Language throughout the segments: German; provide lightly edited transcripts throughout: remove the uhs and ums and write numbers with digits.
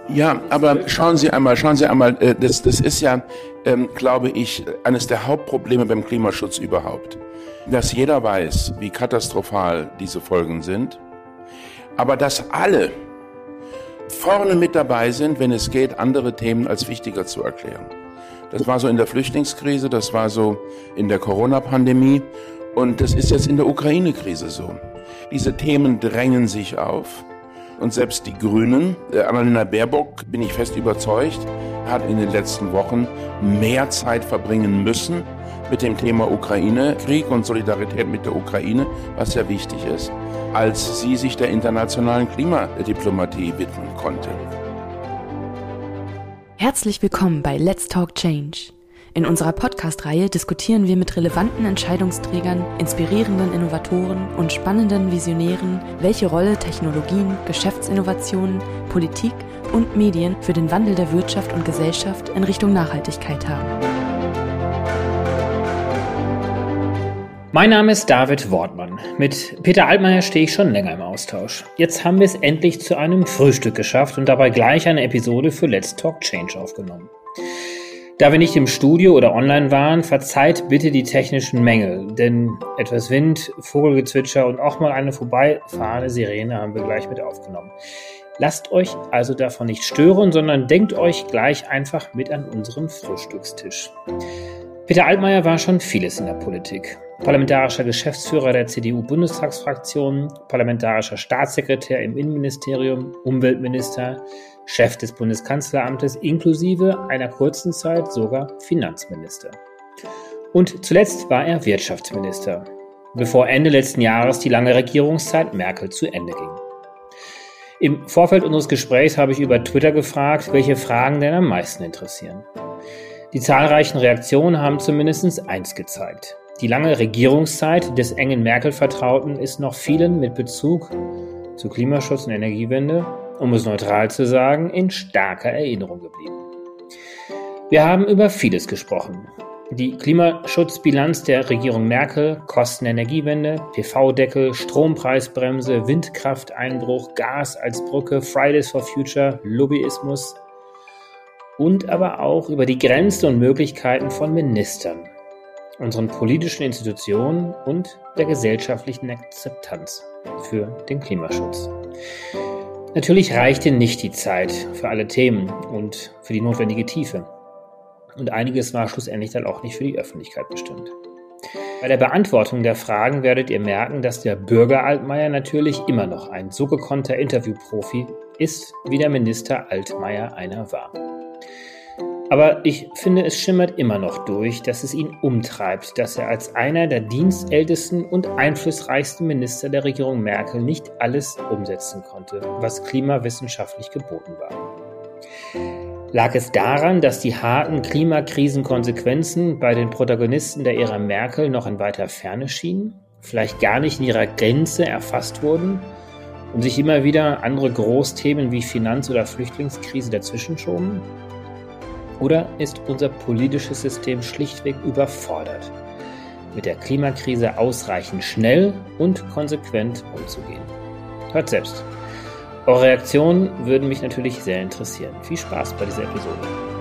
Ja, aber schauen Sie einmal, das ist ja, glaube ich, eines der Hauptprobleme beim Klimaschutz überhaupt. Dass jeder weiß, wie katastrophal diese Folgen sind, aber dass alle vorne mit dabei sind, wenn es geht, andere Themen als wichtiger zu erklären. Das war so in der Flüchtlingskrise, das war so in der Corona-Pandemie und das ist jetzt in der Ukraine-Krise so. Diese Themen drängen sich auf. Und selbst die Grünen, Annalena Baerbock, bin ich fest überzeugt, hat in den letzten Wochen mehr Zeit verbringen müssen mit dem Thema Ukraine-Krieg und Solidarität mit der Ukraine, was sehr wichtig ist, als sie sich der internationalen Klimadiplomatie widmen konnte. Herzlich willkommen bei Let's Talk Change. In unserer Podcast-Reihe diskutieren wir mit relevanten Entscheidungsträgern, inspirierenden Innovatoren und spannenden Visionären, welche Rolle Technologien, Geschäftsinnovationen, Politik und Medien für den Wandel der Wirtschaft und Gesellschaft in Richtung Nachhaltigkeit haben. Mein Name ist David Wortmann. Mit Peter Altmaier stehe ich schon länger im Austausch. Jetzt haben wir es endlich zu einem Frühstück geschafft und dabei gleich eine Episode für Let's Talk Change aufgenommen. Da wir nicht im Studio oder online waren, verzeiht bitte die technischen Mängel, denn etwas Wind, Vogelgezwitscher und auch mal eine vorbeifahrende Sirene haben wir gleich mit aufgenommen. Lasst euch also davon nicht stören, sondern denkt euch gleich einfach mit an unseren Frühstückstisch. Peter Altmaier war schon vieles in der Politik. Parlamentarischer Geschäftsführer der CDU-Bundestagsfraktion, parlamentarischer Staatssekretär im Innenministerium, Umweltminister, Chef des Bundeskanzleramtes inklusive einer kurzen Zeit sogar Finanzminister. Und zuletzt war er Wirtschaftsminister, bevor Ende letzten Jahres die lange Regierungszeit Merkel zu Ende ging. Im Vorfeld unseres Gesprächs habe ich über Twitter gefragt, welche Fragen denn am meisten interessieren. Die zahlreichen Reaktionen haben zumindest eins gezeigt. Die lange Regierungszeit des engen Merkel-Vertrauten ist noch vielen mit Bezug zu Klimaschutz und Energiewende, um es neutral zu sagen, in starker Erinnerung geblieben. Wir haben über vieles gesprochen. Die Klimaschutzbilanz der Regierung Merkel, Kosten der Energiewende, PV-Deckel, Strompreisbremse, Windkrafteinbruch, Gas als Brücke, Fridays for Future, Lobbyismus und aber auch über die Grenzen und Möglichkeiten von Ministern, unseren politischen Institutionen und der gesellschaftlichen Akzeptanz für den Klimaschutz. Natürlich reichte nicht die Zeit für alle Themen und für die notwendige Tiefe. Und einiges war schlussendlich dann auch nicht für die Öffentlichkeit bestimmt. Bei der Beantwortung der Fragen werdet ihr merken, dass der Bürger Altmaier natürlich immer noch ein so gekonnter Interviewprofi ist, wie der Minister Altmaier einer war. Aber ich finde, es schimmert immer noch durch, dass es ihn umtreibt, dass er als einer der dienstältesten und einflussreichsten Minister der Regierung Merkel nicht alles umsetzen konnte, was klimawissenschaftlich geboten war. Lag es daran, dass die harten Klimakrisenkonsequenzen bei den Protagonisten der Ära Merkel noch in weiter Ferne schienen, vielleicht gar nicht in ihrer Gänze erfasst wurden und sich immer wieder andere Großthemen wie Finanz- oder Flüchtlingskrise dazwischen schoben? Oder ist unser politisches System schlichtweg überfordert, mit der Klimakrise ausreichend schnell und konsequent umzugehen? Hört selbst. Eure Reaktionen würden mich natürlich sehr interessieren. Viel Spaß bei dieser Episode.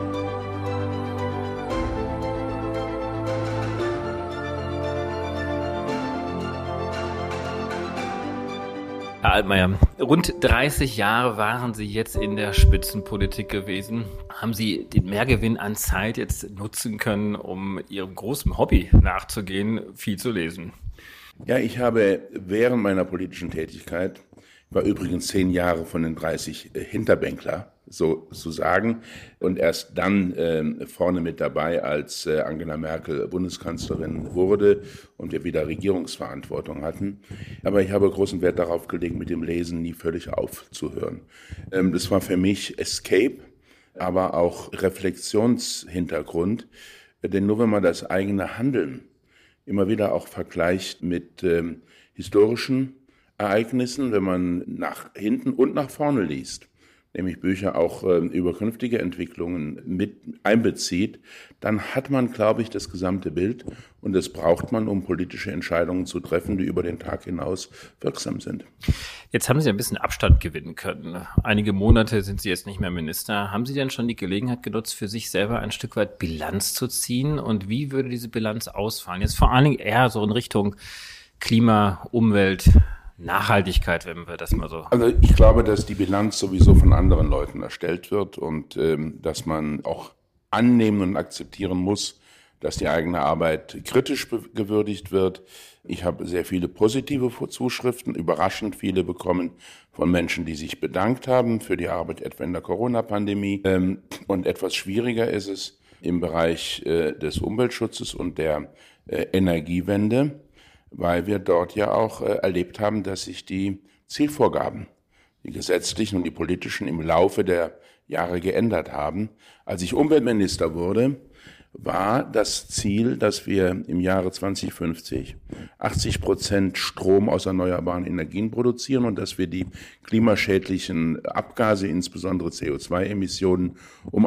Herr Altmaier, rund 30 Jahre waren Sie jetzt in der Spitzenpolitik gewesen. Haben Sie den Mehrgewinn an Zeit jetzt nutzen können, um Ihrem großen Hobby nachzugehen, viel zu lesen? Ja, ich habe während meiner politischen Tätigkeit, war übrigens 10 Jahre von den 30 Hinterbänkler, so zu sagen, und erst dann vorne mit dabei, als Angela Merkel Bundeskanzlerin wurde und wir wieder Regierungsverantwortung hatten. Aber ich habe großen Wert darauf gelegt, mit dem Lesen nie völlig aufzuhören. Das war für mich Escape, aber auch Reflexionshintergrund, denn nur wenn man das eigene Handeln immer wieder auch vergleicht mit historischen Ereignissen, wenn man nach hinten und nach vorne liest, nämlich Bücher auch über künftige Entwicklungen mit einbezieht, dann hat man, glaube ich, das gesamte Bild und das braucht man, um politische Entscheidungen zu treffen, die über den Tag hinaus wirksam sind. Jetzt haben Sie ein bisschen Abstand gewinnen können. Einige Monate sind Sie jetzt nicht mehr Minister. Haben Sie denn schon die Gelegenheit genutzt, für sich selber ein Stück weit Bilanz zu ziehen? Und wie würde diese Bilanz ausfallen? Jetzt vor allen Dingen eher so in Richtung Klima, Umwelt, Nachhaltigkeit, wenn wir das mal so. Also ich glaube, dass die Bilanz sowieso von anderen Leuten erstellt wird und dass man auch annehmen und akzeptieren muss, dass die eigene Arbeit kritisch gewürdigt wird. Ich habe sehr viele positive Zuschriften, überraschend viele bekommen von Menschen, die sich bedankt haben für die Arbeit etwa in der Corona-Pandemie. Und etwas schwieriger ist es im Bereich des Umweltschutzes und der Energiewende, weil wir dort ja auch erlebt haben, dass sich die Zielvorgaben, die gesetzlichen und die politischen, im Laufe der Jahre geändert haben. Als ich Umweltminister wurde, war das Ziel, dass wir im Jahre 2050 80% Strom aus erneuerbaren Energien produzieren und dass wir die klimaschädlichen Abgase, insbesondere CO2-Emissionen, um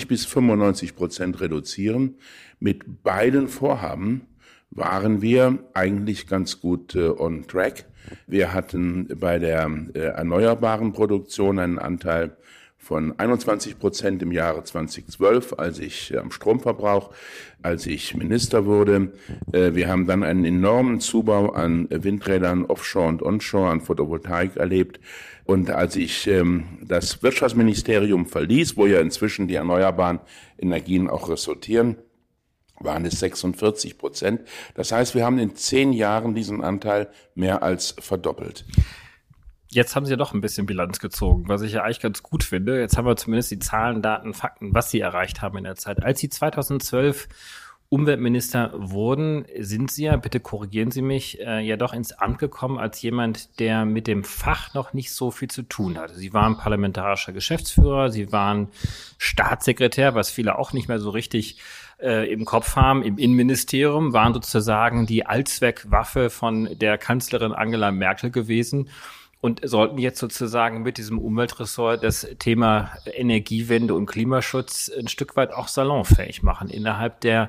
80-95% reduzieren. Mit beiden Vorhaben waren wir eigentlich ganz gut on track. Wir hatten bei der erneuerbaren Produktion einen Anteil von 21% im Jahre 2012, als ich am Stromverbrauch, als ich Minister wurde. Wir haben dann einen enormen Zubau an Windrädern, Offshore und Onshore, an Photovoltaik erlebt. Und als ich das Wirtschaftsministerium verließ, wo ja inzwischen die erneuerbaren Energien auch resultieren, waren es 46%. Das heißt, wir haben in 10 Jahren diesen Anteil mehr als verdoppelt. Jetzt haben Sie ja doch ein bisschen Bilanz gezogen, was ich ja eigentlich ganz gut finde. Jetzt haben wir zumindest die Zahlen, Daten, Fakten, was Sie erreicht haben in der Zeit. Als Sie 2012 Umweltminister wurden, sind Sie ja, bitte korrigieren Sie mich, ja doch ins Amt gekommen als jemand, der mit dem Fach noch nicht so viel zu tun hatte. Sie waren parlamentarischer Geschäftsführer, Sie waren Staatssekretär, was viele auch nicht mehr so richtig im Kopf haben, im Innenministerium, waren sozusagen die Allzweckwaffe von der Kanzlerin Angela Merkel gewesen. Und sollten jetzt sozusagen mit diesem Umweltressort das Thema Energiewende und Klimaschutz ein Stück weit auch salonfähig machen innerhalb der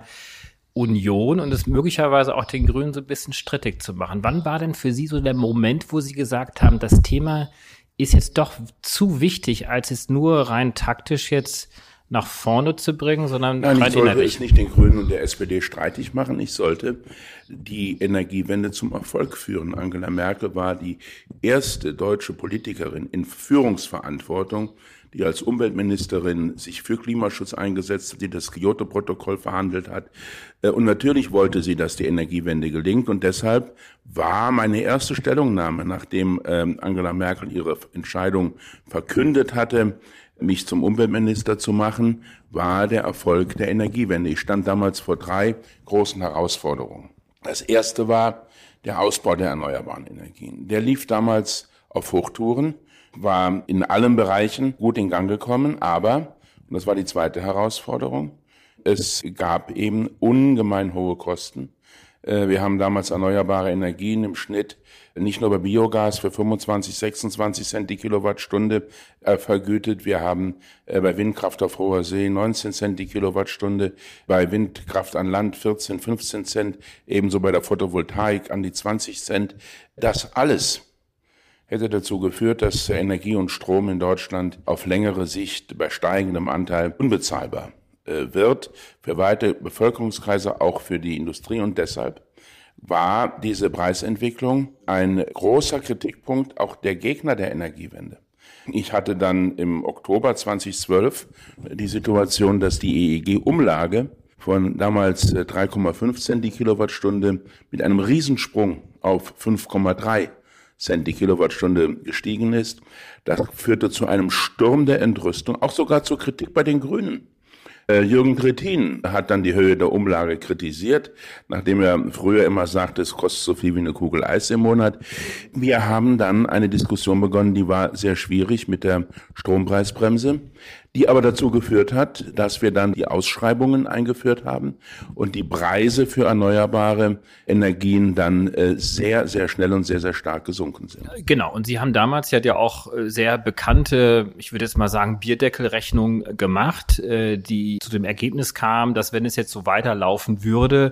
Union und es möglicherweise auch den Grünen so ein bisschen strittig zu machen. Wann war denn für Sie so der Moment, wo Sie gesagt haben, das Thema ist jetzt doch zu wichtig, als es nur rein taktisch jetzt nach vorne zu bringen, sondern Nein, rein ich sollte innerlich? es nicht den Grünen und der SPD streitig machen. Ich sollte die Energiewende zum Erfolg führen. Angela Merkel war die erste deutsche Politikerin in Führungsverantwortung, die als Umweltministerin sich für Klimaschutz eingesetzt hat, die das Kyoto-Protokoll verhandelt hat. Und natürlich wollte sie, dass die Energiewende gelingt. Und deshalb war meine erste Stellungnahme, nachdem Angela Merkel ihre Entscheidung verkündet hatte, mich zum Umweltminister zu machen, war der Erfolg der Energiewende. Ich stand damals vor 3 großen Herausforderungen. Das erste war der Ausbau der erneuerbaren Energien. Der lief damals auf Hochtouren, war in allen Bereichen gut in Gang gekommen, aber, und das war die zweite Herausforderung, es gab eben ungemein hohe Kosten. Wir haben damals erneuerbare Energien im Schnitt nicht nur bei Biogas für 25, 26 Cent die Kilowattstunde vergütet. Wir haben bei Windkraft auf hoher See 19 Cent die Kilowattstunde, bei Windkraft an Land 14, 15 Cent, ebenso bei der Photovoltaik an die 20 Cent. Das alles hätte dazu geführt, dass Energie und Strom in Deutschland auf längere Sicht bei steigendem Anteil unbezahlbar wird für weite Bevölkerungskreise, auch für die Industrie. Und deshalb war diese Preisentwicklung ein großer Kritikpunkt auch der Gegner der Energiewende. Ich hatte dann im Oktober 2012 die Situation, dass die EEG-Umlage von damals 3,5 Cent die Kilowattstunde mit einem Riesensprung auf 5,3 Cent die Kilowattstunde gestiegen ist. Das führte zu einem Sturm der Entrüstung, auch sogar zur Kritik bei den Grünen. Jürgen Trittin hat dann die Höhe der Umlage kritisiert, nachdem er früher immer sagte, es kostet so viel wie eine Kugel Eis im Monat. Wir haben dann eine Diskussion begonnen, die war sehr schwierig mit der Strompreisbremse, die aber dazu geführt hat, dass wir dann die Ausschreibungen eingeführt haben und die Preise für erneuerbare Energien dann sehr, sehr schnell und sehr, sehr stark gesunken sind. Genau, und Sie haben damals ja auch sehr bekannte, ich würde jetzt mal sagen, Bierdeckelrechnung gemacht, die zu dem Ergebnis kam, dass wenn es jetzt so weiterlaufen würde,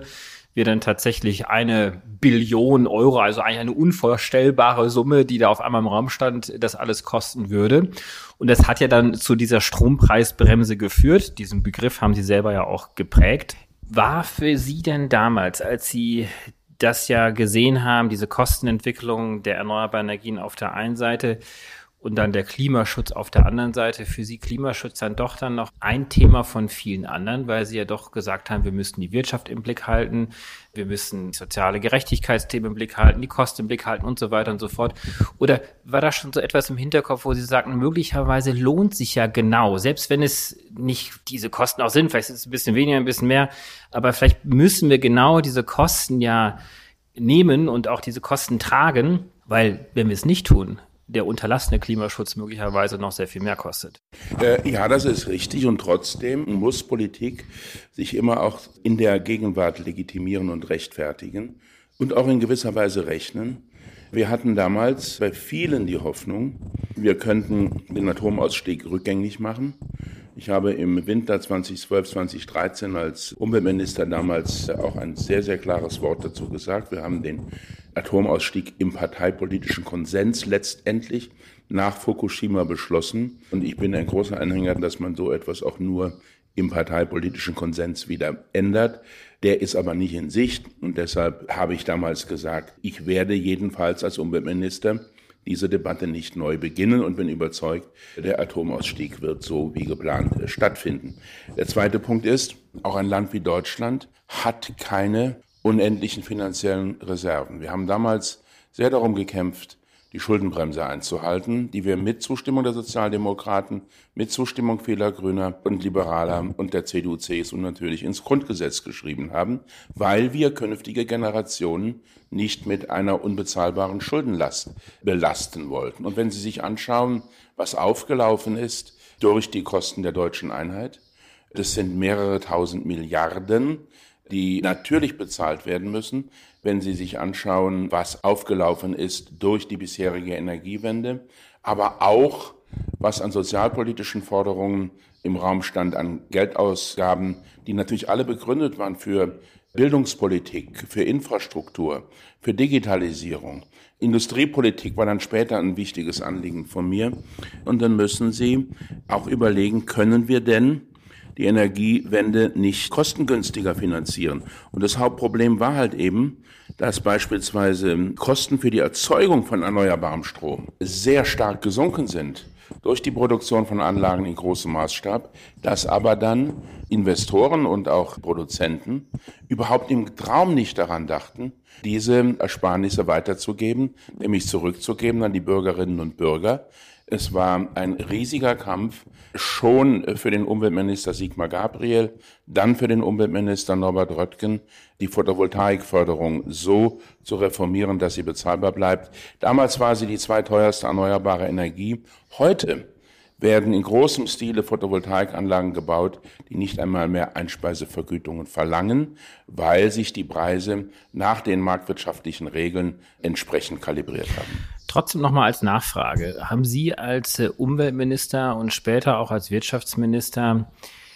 wir dann tatsächlich 1 Billion Euro, also eigentlich eine unvorstellbare Summe, die da auf einmal im Raum stand, das alles kosten würde. Und das hat ja dann zu dieser Strompreisbremse geführt. Diesen Begriff haben Sie selber ja auch geprägt. War für Sie denn damals, als Sie das ja gesehen haben, diese Kostenentwicklung der erneuerbaren Energien auf der einen Seite und dann der Klimaschutz auf der anderen Seite, für Sie Klimaschutz dann doch dann noch ein Thema von vielen anderen, weil Sie ja doch gesagt haben, wir müssen die Wirtschaft im Blick halten, wir müssen soziale Gerechtigkeitsthemen im Blick halten, die Kosten im Blick halten und so weiter und so fort. Oder war da schon so etwas im Hinterkopf, wo Sie sagten, möglicherweise lohnt sich ja genau, selbst wenn es nicht diese Kosten auch sind, vielleicht ist es ein bisschen weniger, ein bisschen mehr, aber vielleicht müssen wir genau diese Kosten ja nehmen und auch diese Kosten tragen, weil wenn wir es nicht tun, der unterlassene Klimaschutz möglicherweise noch sehr viel mehr kostet. Ja, das ist richtig. Und trotzdem muss Politik sich immer auch in der Gegenwart legitimieren und rechtfertigen und auch in gewisser Weise rechnen. Wir hatten damals bei vielen die Hoffnung, wir könnten den Atomausstieg rückgängig machen. Ich habe im Winter 2012, 2013 als Umweltminister damals auch ein sehr, sehr klares Wort dazu gesagt. Wir haben den Atomausstieg im parteipolitischen Konsens letztendlich nach Fukushima beschlossen. Und ich bin ein großer Anhänger, dass man so etwas auch nur im parteipolitischen Konsens wieder ändert. Der ist aber nicht in Sicht. Und deshalb habe ich damals gesagt, ich werde jedenfalls als Umweltminister diese Debatte nicht neu beginnen und bin überzeugt, der Atomausstieg wird so wie geplant stattfinden. Der zweite Punkt ist, auch ein Land wie Deutschland hat keine unendlichen finanziellen Reserven. Wir haben damals sehr darum gekämpft, die Schuldenbremse einzuhalten, die wir mit Zustimmung der Sozialdemokraten, mit Zustimmung vieler Grüner und Liberaler und der CDU, CSU natürlich ins Grundgesetz geschrieben haben, weil wir künftige Generationen nicht mit einer unbezahlbaren Schuldenlast belasten wollten. Und wenn Sie sich anschauen, was aufgelaufen ist durch die Kosten der deutschen Einheit, das sind mehrere tausend Milliarden, die natürlich bezahlt werden müssen, wenn Sie sich anschauen, was aufgelaufen ist durch die bisherige Energiewende, aber auch, was an sozialpolitischen Forderungen im Raum stand, an Geldausgaben, die natürlich alle begründet waren für Bildungspolitik, für Infrastruktur, für Digitalisierung. Industriepolitik war dann später ein wichtiges Anliegen von mir. Und dann müssen Sie auch überlegen, können wir denn die Energiewende nicht kostengünstiger finanzieren? Und das Hauptproblem war halt eben, dass beispielsweise Kosten für die Erzeugung von erneuerbarem Strom sehr stark gesunken sind durch die Produktion von Anlagen in großem Maßstab, dass aber dann Investoren und auch Produzenten überhaupt im Traum nicht daran dachten, diese Ersparnisse weiterzugeben, nämlich zurückzugeben an die Bürgerinnen und Bürger. Es war ein riesiger Kampf, schon für den Umweltminister Sigmar Gabriel, dann für den Umweltminister Norbert Röttgen, die Photovoltaikförderung so zu reformieren, dass sie bezahlbar bleibt. Damals war sie die zweiteuerste erneuerbare Energie. Heute werden in großem Stile Photovoltaikanlagen gebaut, die nicht einmal mehr Einspeisevergütungen verlangen, weil sich die Preise nach den marktwirtschaftlichen Regeln entsprechend kalibriert haben. Trotzdem nochmal als Nachfrage. Haben Sie als Umweltminister und später auch als Wirtschaftsminister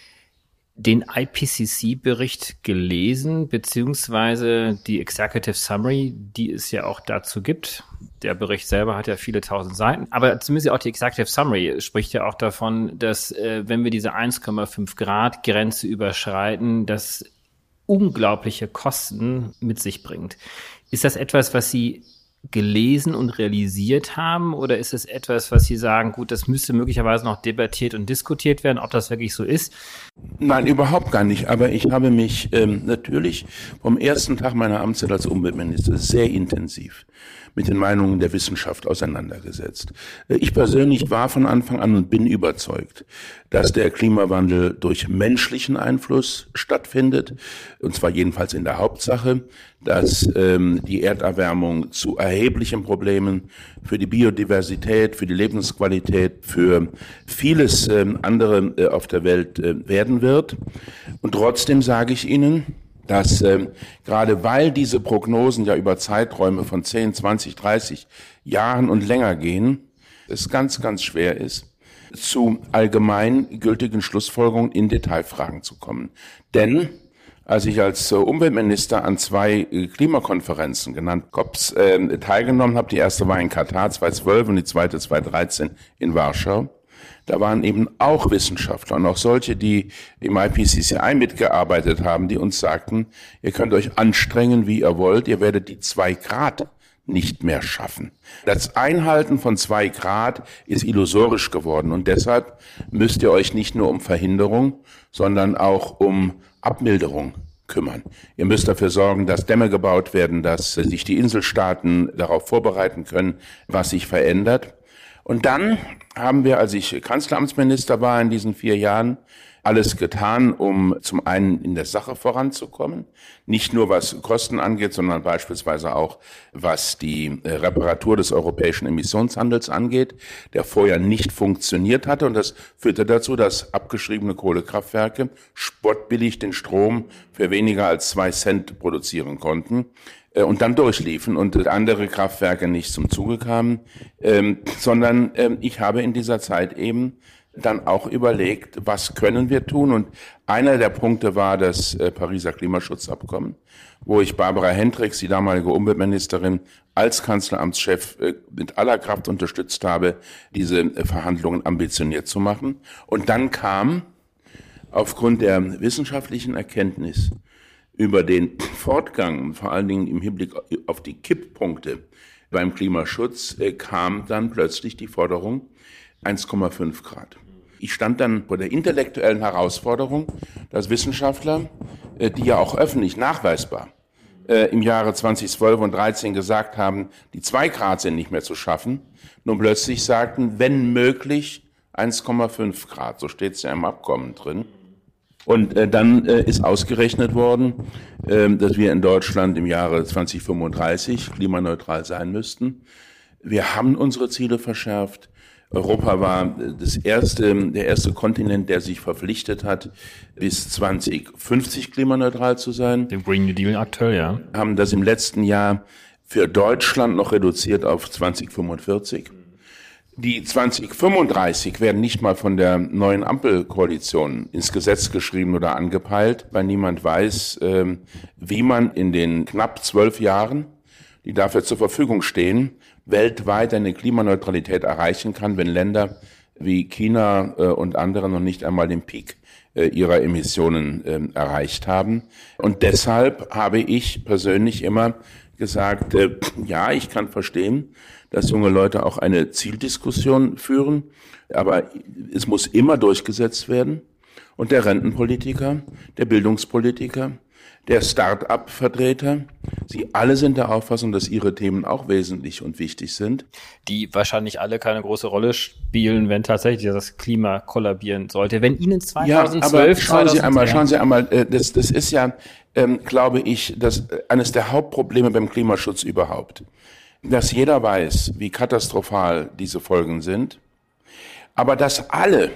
den IPCC-Bericht gelesen, beziehungsweise die Executive Summary, die es ja auch dazu gibt? Der Bericht selber hat ja viele tausend Seiten, aber zumindest auch die Executive Summary spricht ja auch davon, dass wenn wir diese 1,5 Grad Grenze überschreiten, das unglaubliche Kosten mit sich bringt. Ist das etwas, was Sie gelesen und realisiert haben, oder ist es etwas, was Sie sagen, gut, das müsste möglicherweise noch debattiert und diskutiert werden, ob das wirklich so ist? Nein, überhaupt gar nicht. Aber ich habe mich natürlich vom ersten Tag meiner Amtszeit als Umweltminister sehr intensiv mit den Meinungen der Wissenschaft auseinandergesetzt. Ich persönlich war von Anfang an und bin überzeugt, dass der Klimawandel durch menschlichen Einfluss stattfindet, und zwar jedenfalls in der Hauptsache, dass die Erderwärmung zu erheblichen Problemen für die Biodiversität, für die Lebensqualität, für vieles andere auf der Welt werden wird. Und trotzdem sage ich Ihnen, dass gerade weil diese Prognosen ja über Zeiträume von 10, 20, 30 Jahren und länger gehen, es ganz, ganz schwer ist, zu allgemein gültigen Schlussfolgerungen in Detailfragen zu kommen. Denn als ich als Umweltminister an 2 Klimakonferenzen, genannt COPs, teilgenommen habe. Die erste war in Katar 2012 und die zweite 2013 in Warschau. Da waren eben auch Wissenschaftler und auch solche, die im IPCCI mitgearbeitet haben, die uns sagten, ihr könnt euch anstrengen, wie ihr wollt, ihr werdet die 2 Grad nicht mehr schaffen. Das Einhalten von 2 Grad ist illusorisch geworden und deshalb müsst ihr euch nicht nur um Verhinderung, sondern auch um Abmilderung kümmern. Ihr müsst dafür sorgen, dass Dämme gebaut werden, dass sich die Inselstaaten darauf vorbereiten können, was sich verändert. Und dann haben wir, als ich Kanzleramtsminister war in diesen 4 Jahren, alles getan, um zum einen in der Sache voranzukommen. Nicht nur was Kosten angeht, sondern beispielsweise auch was die Reparatur des europäischen Emissionshandels angeht, der vorher nicht funktioniert hatte. Und das führte dazu, dass abgeschriebene Kohlekraftwerke spottbillig den Strom für weniger als 2 Cent produzieren konnten und dann durchliefen und andere Kraftwerke nicht zum Zuge kamen, sondern ich habe in dieser Zeit eben dann auch überlegt, was können wir tun? Und einer der Punkte war das Pariser Klimaschutzabkommen, wo ich Barbara Hendricks, die damalige Umweltministerin, als Kanzleramtschef mit aller Kraft unterstützt habe, diese Verhandlungen ambitioniert zu machen. Und dann kam aufgrund der wissenschaftlichen Erkenntnis über den Fortgang, vor allen Dingen im Hinblick auf die Kipppunkte beim Klimaschutz, kam dann plötzlich die Forderung 1,5 Grad. Ich stand dann vor der intellektuellen Herausforderung, dass Wissenschaftler, die ja auch öffentlich nachweisbar im Jahre 2012 und 2013 gesagt haben, die 2 Grad sind nicht mehr zu schaffen, nun plötzlich sagten, wenn möglich 1,5 Grad, so steht es ja im Abkommen drin. Und dann ist ausgerechnet worden, dass wir in Deutschland im Jahre 2035 klimaneutral sein müssten. Wir haben unsere Ziele verschärft. Europa war der erste Kontinent, der sich verpflichtet hat, bis 2050 klimaneutral zu sein. Dem Green New Deal aktuell, ja. Haben das im letzten Jahr für Deutschland noch reduziert auf 2045. Die 2035 werden nicht mal von der neuen Ampelkoalition ins Gesetz geschrieben oder angepeilt, weil niemand weiß, wie man in den knapp 12 Jahren, die dafür zur Verfügung stehen, weltweit eine Klimaneutralität erreichen kann, wenn Länder wie China und andere noch nicht einmal den Peak ihrer Emissionen erreicht haben. Und deshalb habe ich persönlich immer gesagt, ja, ich kann verstehen, dass junge Leute auch eine Zieldiskussion führen, aber es muss immer durchgesetzt werden. Und der Rentenpolitiker, der Bildungspolitiker, der Start-up-Vertreter, sie alle sind der Auffassung, dass ihre Themen auch wesentlich und wichtig sind. Die wahrscheinlich alle keine große Rolle spielen, wenn tatsächlich das Klima kollabieren sollte. Wenn Ihnen 2012... Ja, aber schauen Sie einmal, das ist ja, glaube ich, eines der Hauptprobleme beim Klimaschutz überhaupt. Dass jeder weiß, wie katastrophal diese Folgen sind, aber dass alle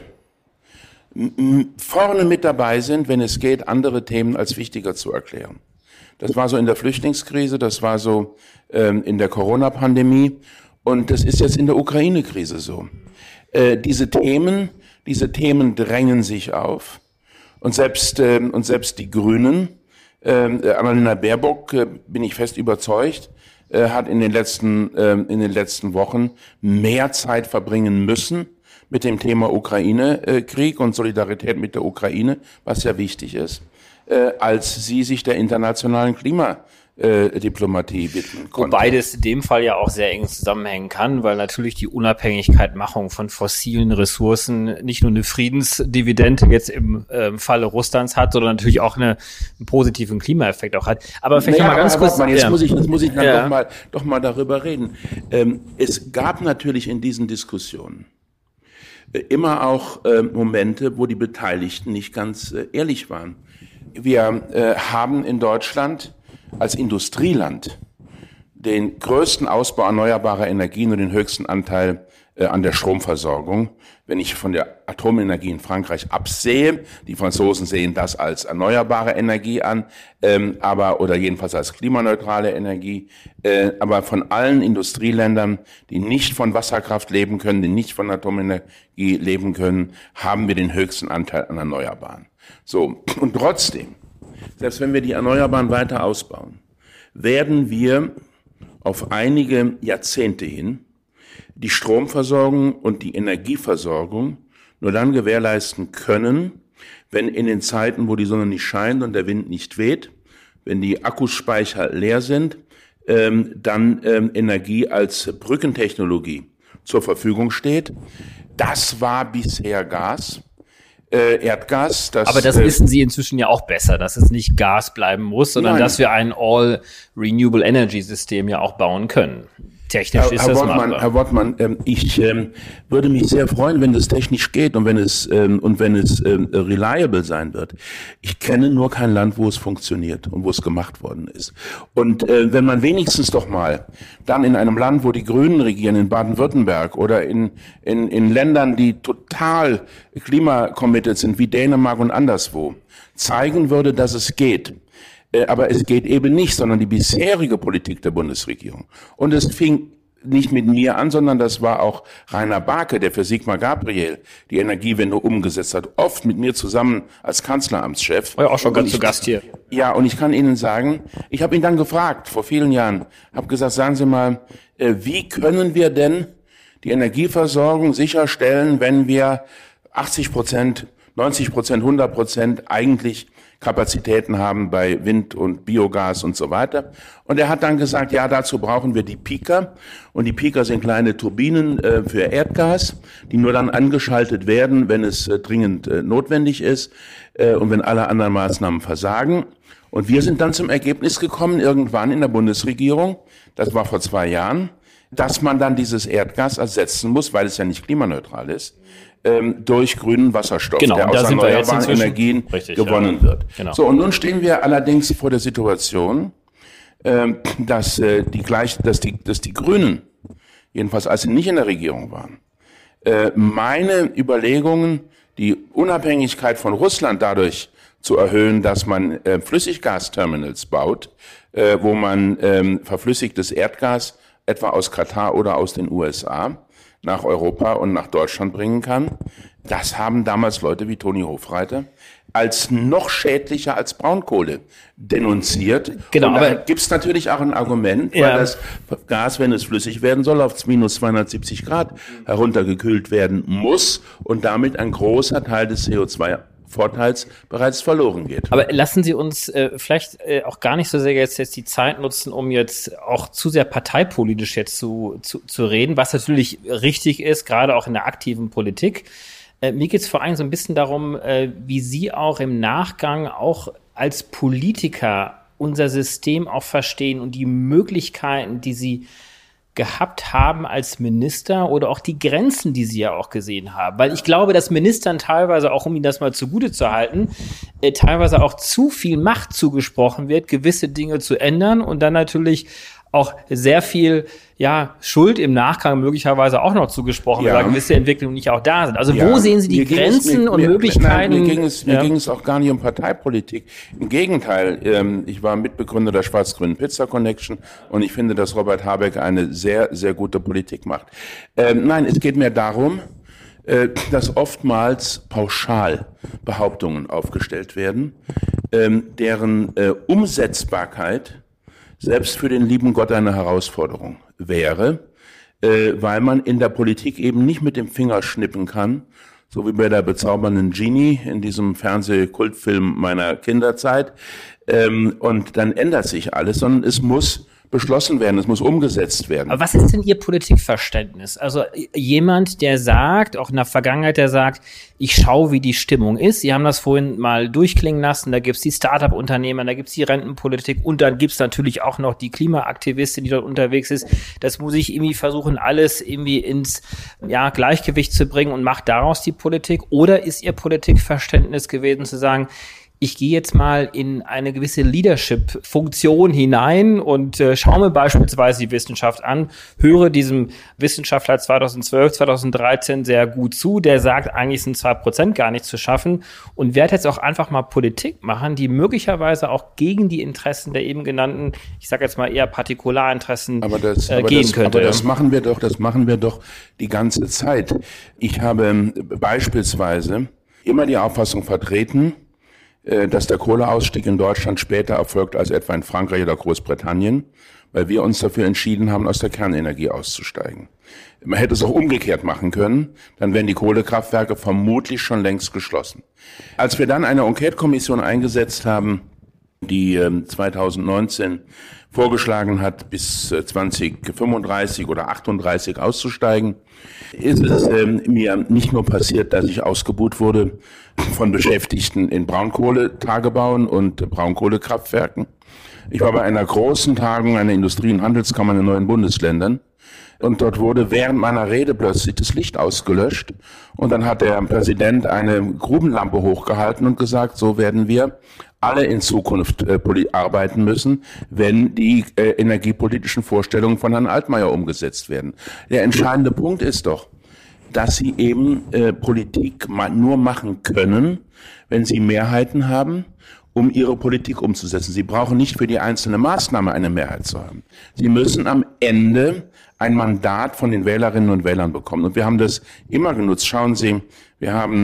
vorne mit dabei sind, wenn es geht, andere Themen als wichtiger zu erklären. Das war so in der Flüchtlingskrise, das war so in der Corona-Pandemie und das ist jetzt in der Ukraine-Krise so. Diese Themen drängen sich auf und selbst die Grünen, Annalena Baerbock, bin ich fest überzeugt, hat in den letzten Wochen mehr Zeit verbringen müssen mit dem Thema Ukraine-Krieg und Solidarität mit der Ukraine, was ja wichtig ist, als sie sich der internationalen Klimadiplomatie widmen konnte. Wobei das in dem Fall ja auch sehr eng zusammenhängen kann, weil natürlich die Unabhängigkeitmachung von fossilen Ressourcen nicht nur eine Friedensdividende jetzt im Falle Russlands hat, sondern natürlich auch einen positiven Klimaeffekt auch hat. Aber vielleicht mal ganz kurz... Jetzt muss ich dann doch mal darüber reden. Es gab natürlich in diesen Diskussionen immer auch Momente, wo die Beteiligten nicht ganz ehrlich waren. Wir haben in Deutschland als Industrieland den größten Ausbau erneuerbarer Energien und den höchsten Anteil an der Stromversorgung. Wenn ich von der Atomenergie in Frankreich absehe, die Franzosen sehen das als erneuerbare Energie an, oder jedenfalls als klimaneutrale Energie, aber von allen Industrieländern, die nicht von Wasserkraft leben können, die nicht von Atomenergie leben können, haben wir den höchsten Anteil an Erneuerbaren. So, und trotzdem selbst wenn wir die Erneuerbaren weiter ausbauen, werden wir auf einige Jahrzehnte hin die Stromversorgung und die Energieversorgung nur dann gewährleisten können, wenn in den Zeiten, wo die Sonne nicht scheint und der Wind nicht weht, wenn die Akkuspeicher leer sind, dann Energie als Brückentechnologie zur Verfügung steht. Das war bisher Gas, Erdgas. Aber das wissen Sie inzwischen ja auch besser, dass es nicht Gas bleiben muss, sondern dass wir ein All-Renewable-Energy-System ja auch bauen können. Technisch ist das machbar. Herr Wortmann, ich würde mich sehr freuen, wenn das technisch geht und wenn es reliable sein wird. Ich kenne nur kein Land, wo es funktioniert und wo es gemacht worden ist. Und wenn man wenigstens doch mal dann in einem Land, wo die Grünen regieren, in Baden-Württemberg oder in Ländern, die total klimacommitted sind, wie Dänemark und anderswo, zeigen würde, dass es geht. Aber es geht eben nicht, sondern die bisherige Politik der Bundesregierung. Und es fing nicht mit mir an, sondern das war auch Rainer Barke, der für Sigmar Gabriel die Energiewende umgesetzt hat, oft mit mir zusammen als Kanzleramtschef. War ja auch schon ganz zu Gast hier. Ja, und ich kann Ihnen sagen, ich habe ihn dann gefragt, vor vielen Jahren, habe gesagt, sagen Sie mal, wie können wir denn die Energieversorgung sicherstellen, wenn wir 80%, 90%, 100% eigentlich Kapazitäten haben bei Wind und Biogas und so weiter. Und er hat dann gesagt, ja, dazu brauchen wir die Peaker. Und die Peaker sind kleine Turbinen für Erdgas, die nur dann angeschaltet werden, wenn es dringend notwendig ist und wenn alle anderen Maßnahmen versagen. Und wir sind dann zum Ergebnis gekommen, irgendwann in der Bundesregierung, das war vor 2 Jahren, dass man dann dieses Erdgas ersetzen muss, weil es ja nicht klimaneutral ist, durch grünen Wasserstoff, der aus erneuerbaren Energien gewonnen wird. Genau. So, und nun stehen wir allerdings vor der Situation, dass die Grünen, jedenfalls als sie nicht in der Regierung waren, meine Überlegungen, die Unabhängigkeit von Russland dadurch zu erhöhen, dass man Flüssiggasterminals baut, wo man verflüssigtes Erdgas etwa aus Katar oder aus den USA nach Europa und nach Deutschland bringen kann. Das haben damals Leute wie Toni Hofreiter als noch schädlicher als Braunkohle denunziert. Genau, und da gibt es natürlich auch ein Argument, weil das Gas, wenn es flüssig werden soll, auf minus 270 Grad heruntergekühlt werden muss und damit ein großer Teil des CO2-Vorteils bereits verloren geht. Aber lassen Sie uns vielleicht auch gar nicht so sehr jetzt die Zeit nutzen, um jetzt auch zu sehr parteipolitisch jetzt zu reden, was natürlich richtig ist, gerade auch in der aktiven Politik. Mir geht es vor allem so ein bisschen darum, wie Sie auch im Nachgang auch als Politiker unser System auch verstehen und die Möglichkeiten, die Sie gehabt haben als Minister oder auch die Grenzen, die Sie ja auch gesehen haben. Weil ich glaube, dass Ministern teilweise, auch um Ihnen das mal zugute zu halten, teilweise auch zu viel Macht zugesprochen wird, gewisse Dinge zu ändern und dann natürlich auch sehr viel Schuld im Nachgang möglicherweise auch noch zugesprochen wird, weil gewisse Entwicklungen nicht auch da sind. Also wo sehen Sie die Grenzen und Möglichkeiten? Mir ging es auch gar nicht um Parteipolitik. Im Gegenteil, ich war Mitbegründer der Schwarz-Grünen Pizza Connection und ich finde, dass Robert Habeck eine sehr, sehr gute Politik macht. Nein, es geht mir darum, dass oftmals pauschal Behauptungen aufgestellt werden, deren Umsetzbarkeit selbst für den lieben Gott eine Herausforderung wäre, weil man in der Politik eben nicht mit dem Finger schnippen kann, so wie bei der bezaubernden Genie in diesem Fernsehkultfilm meiner Kinderzeit, und dann ändert sich alles, sondern es muss beschlossen werden, es muss umgesetzt werden. Aber was ist denn Ihr Politikverständnis? Also jemand, der sagt, auch in der Vergangenheit, der sagt, ich schaue, wie die Stimmung ist. Sie haben das vorhin mal durchklingen lassen, da gibt's die Start-up-Unternehmer, da gibt's die Rentenpolitik und dann gibt's natürlich auch noch die Klimaaktivistin, die dort unterwegs ist. Das muss ich irgendwie versuchen, alles irgendwie ins Gleichgewicht zu bringen und macht daraus die Politik. Oder ist Ihr Politikverständnis gewesen zu sagen, ich gehe jetzt mal in eine gewisse Leadership-Funktion hinein und schaue mir beispielsweise die Wissenschaft an, höre diesem Wissenschaftler 2012, 2013 sehr gut zu, der sagt, eigentlich sind 2% gar nicht zu schaffen und werde jetzt auch einfach mal Politik machen, die möglicherweise auch gegen die Interessen der eben genannten, ich sage jetzt mal eher Partikularinteressen gehen könnte. Aber das machen wir doch die ganze Zeit. Ich habe beispielsweise immer die Auffassung vertreten, dass der Kohleausstieg in Deutschland später erfolgt als etwa in Frankreich oder Großbritannien, weil wir uns dafür entschieden haben, aus der Kernenergie auszusteigen. Man hätte es auch umgekehrt machen können, dann wären die Kohlekraftwerke vermutlich schon längst geschlossen. Als wir dann eine Enquete-Kommission eingesetzt haben, die 2019 vorgeschlagen hat, bis 2035 oder 38 auszusteigen, ist es mir nicht nur passiert, dass ich ausgebuht wurde von Beschäftigten in Braunkohletagebauen und Braunkohlekraftwerken. Ich war bei einer großen Tagung einer Industrie- und Handelskammer in den neuen Bundesländern. Und dort wurde während meiner Rede plötzlich das Licht ausgelöscht. Und dann hat der Präsident eine Grubenlampe hochgehalten und gesagt, so werden wir alle in Zukunft arbeiten müssen, wenn die energiepolitischen Vorstellungen von Herrn Altmaier umgesetzt werden. Der entscheidende Punkt ist doch, dass sie eben Politik nur machen können, wenn sie Mehrheiten haben, um ihre Politik umzusetzen. Sie brauchen nicht für die einzelne Maßnahme eine Mehrheit zu haben. Sie müssen am Ende ein Mandat von den Wählerinnen und Wählern bekommen. Und wir haben das immer genutzt. Schauen Sie, wir haben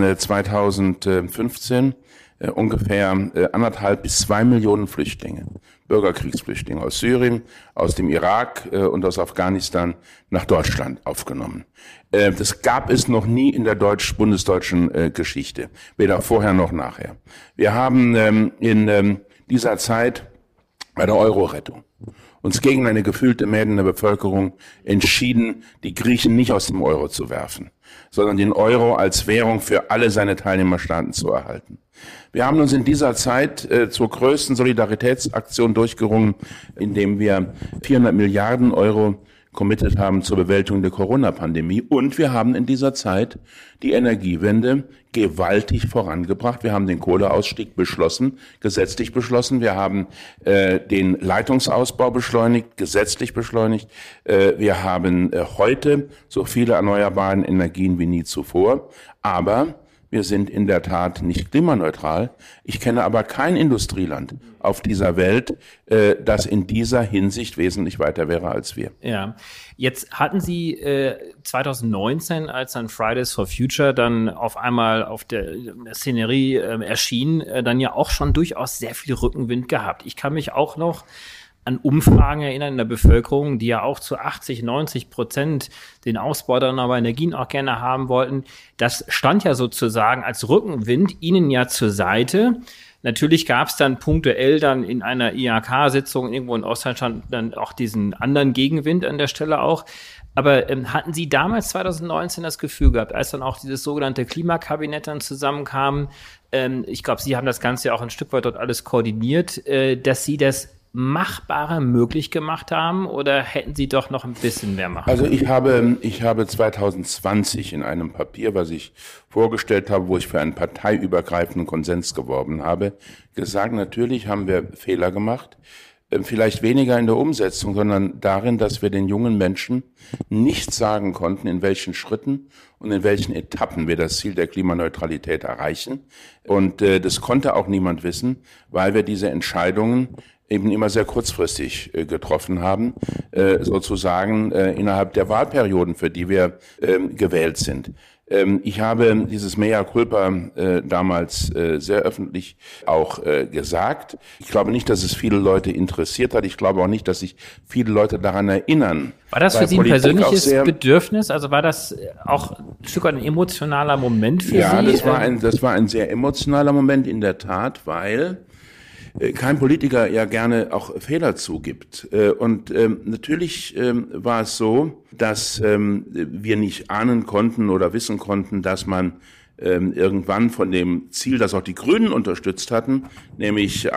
2015 ungefähr 1,5 bis 2 Millionen Flüchtlinge, Bürgerkriegsflüchtlinge aus Syrien, aus dem Irak und aus Afghanistan nach Deutschland aufgenommen. Das gab es noch nie in der bundesdeutschen Geschichte, weder vorher noch nachher. Wir haben in dieser Zeit bei der Euro-Rettung uns gegen eine gefühlte Mehrheit in der Bevölkerung entschieden, die Griechen nicht aus dem Euro zu werfen, sondern den Euro als Währung für alle seine Teilnehmerstaaten zu erhalten. Wir haben uns in dieser Zeit zur größten Solidaritätsaktion durchgerungen, indem wir 400 Milliarden Euro committed haben zur Bewältigung der Corona-Pandemie. Und wir haben in dieser Zeit die Energiewende gewaltig vorangebracht. Wir haben den Kohleausstieg beschlossen, gesetzlich beschlossen. Wir haben den Leitungsausbau beschleunigt, gesetzlich beschleunigt. Wir haben heute so viele erneuerbare Energien wie nie zuvor. Aber wir sind in der Tat nicht klimaneutral. Ich kenne aber kein Industrieland auf dieser Welt, das in dieser Hinsicht wesentlich weiter wäre als wir. Ja, jetzt hatten Sie 2019, als dann Fridays for Future dann auf einmal auf der Szenerie erschien, dann ja auch schon durchaus sehr viel Rückenwind gehabt. Ich kann mich auch noch an Umfragen erinnern in der Bevölkerung, die ja auch zu 80-90% den Ausbau der erneuerbaren Energien auch gerne haben wollten. Das stand ja sozusagen als Rückenwind Ihnen ja zur Seite. Natürlich gab es dann punktuell dann in einer IHK-Sitzung irgendwo in Ostdeutschland dann auch diesen anderen Gegenwind an der Stelle auch. Aber hatten Sie damals 2019 das Gefühl gehabt, als dann auch dieses sogenannte Klimakabinett dann zusammenkam, ich glaube, Sie haben das Ganze ja auch ein Stück weit dort alles koordiniert, dass Sie das Machbare möglich gemacht haben, oder hätten Sie doch noch ein bisschen mehr machen? Also ich habe 2020 in einem Papier, was ich vorgestellt habe, wo ich für einen parteiübergreifenden Konsens geworben habe, gesagt, natürlich haben wir Fehler gemacht, vielleicht weniger in der Umsetzung, sondern darin, dass wir den jungen Menschen nicht sagen konnten, in welchen Schritten und in welchen Etappen wir das Ziel der Klimaneutralität erreichen. Und das konnte auch niemand wissen, weil wir diese Entscheidungen eben immer sehr kurzfristig getroffen haben, sozusagen innerhalb der Wahlperioden, für die wir gewählt sind. Ich habe dieses Mea Culpa damals sehr öffentlich auch gesagt. Ich glaube nicht, dass es viele Leute interessiert hat. Ich glaube auch nicht, dass sich viele Leute daran erinnern. War das für Sie ein persönliches Bedürfnis? Also war das auch ein Stück weit ein emotionaler Moment für Sie? Ja, das war ein sehr emotionaler Moment in der Tat, weil kein Politiker ja gerne auch Fehler zugibt. Und natürlich war es so, dass wir nicht ahnen konnten oder wissen konnten, dass man irgendwann von dem Ziel, das auch die Grünen unterstützt hatten, nämlich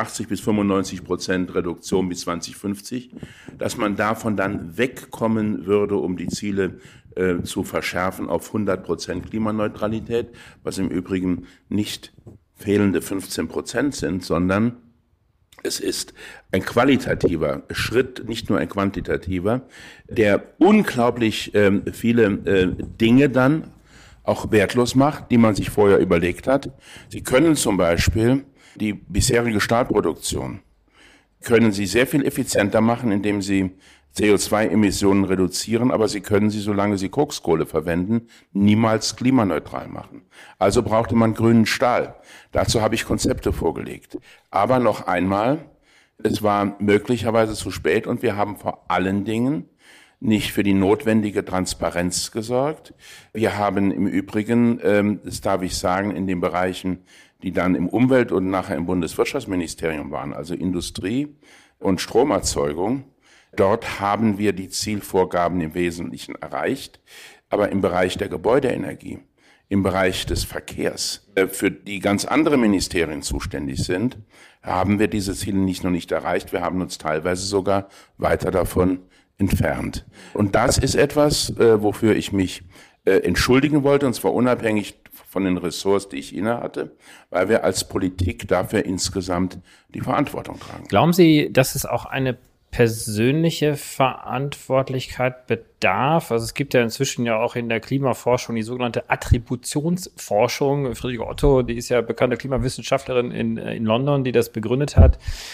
80-95% Reduktion bis 2050, dass man davon dann wegkommen würde, um die Ziele zu verschärfen auf 100% Klimaneutralität, was im Übrigen nicht fehlende 15% sind, sondern es ist ein qualitativer Schritt, nicht nur ein quantitativer, der unglaublich viele Dinge dann auch wertlos macht, die man sich vorher überlegt hat. Sie können zum Beispiel die bisherige Stahlproduktion, können Sie sehr viel effizienter machen, indem Sie CO2-Emissionen reduzieren, aber sie können sie, solange sie Kokskohle verwenden, niemals klimaneutral machen. Also brauchte man grünen Stahl. Dazu habe ich Konzepte vorgelegt. Aber noch einmal, es war möglicherweise zu spät und wir haben vor allen Dingen nicht für die notwendige Transparenz gesorgt. Wir haben im Übrigen, das darf ich sagen, in den Bereichen, die dann im Umwelt- und nachher im Bundeswirtschaftsministerium waren, also Industrie und Stromerzeugung, dort haben wir die Zielvorgaben im Wesentlichen erreicht. Aber im Bereich der Gebäudeenergie, im Bereich des Verkehrs, für die ganz andere Ministerien zuständig sind, haben wir diese Ziele nicht nur nicht erreicht, wir haben uns teilweise sogar weiter davon entfernt. Und das ist etwas, wofür ich mich entschuldigen wollte, und zwar unabhängig von den Ressorts, die ich inne hatte, weil wir als Politik dafür insgesamt die Verantwortung tragen. Glauben Sie, dass es auch eine persönliche Verantwortlichkeit bedarf? Also es gibt ja inzwischen ja auch in der Klimaforschung die sogenannte Attributionsforschung. Friederike Otto, die ist ja bekannte Klimawissenschaftlerin in London, die das begründet hat.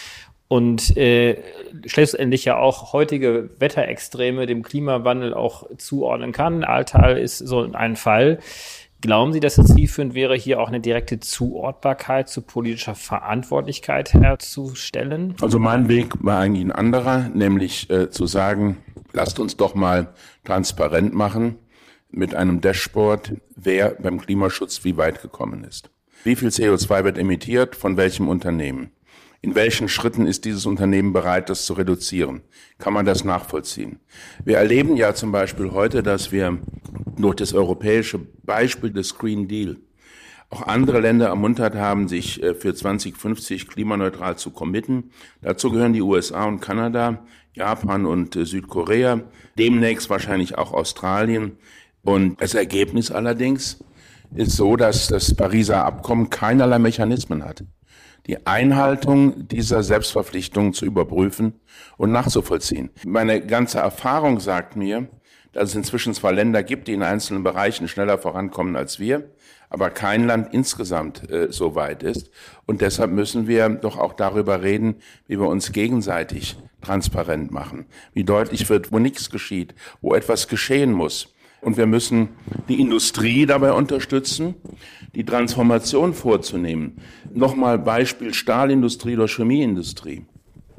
Und schlussendlich ja auch heutige Wetterextreme dem Klimawandel auch zuordnen kann. Ahrtal ist so ein Fall. Glauben Sie, dass es zielführend wäre, hier auch eine direkte Zuordbarkeit zu politischer Verantwortlichkeit herzustellen? Also mein Weg war eigentlich ein anderer, nämlich zu sagen, lasst uns doch mal transparent machen mit einem Dashboard, wer beim Klimaschutz wie weit gekommen ist. Wie viel CO2 wird emittiert, von welchem Unternehmen? In welchen Schritten ist dieses Unternehmen bereit, das zu reduzieren? Kann man das nachvollziehen? Wir erleben ja zum Beispiel heute, dass wir durch das europäische Beispiel des Green Deal auch andere Länder ermuntert haben, sich für 2050 klimaneutral zu committen. Dazu gehören die USA und Kanada, Japan und Südkorea, demnächst wahrscheinlich auch Australien. Und das Ergebnis allerdings ist so, dass das Pariser Abkommen keinerlei Mechanismen hat, die Einhaltung dieser Selbstverpflichtungen zu überprüfen und nachzuvollziehen. Meine ganze Erfahrung sagt mir, dass es inzwischen zwar Länder gibt, die in einzelnen Bereichen schneller vorankommen als wir, aber kein Land insgesamt so weit ist. Und deshalb müssen wir doch auch darüber reden, wie wir uns gegenseitig transparent machen, wie deutlich wird, wo nichts geschieht, wo etwas geschehen muss. Und wir müssen die Industrie dabei unterstützen, die Transformation vorzunehmen. Nochmal Beispiel Stahlindustrie oder Chemieindustrie.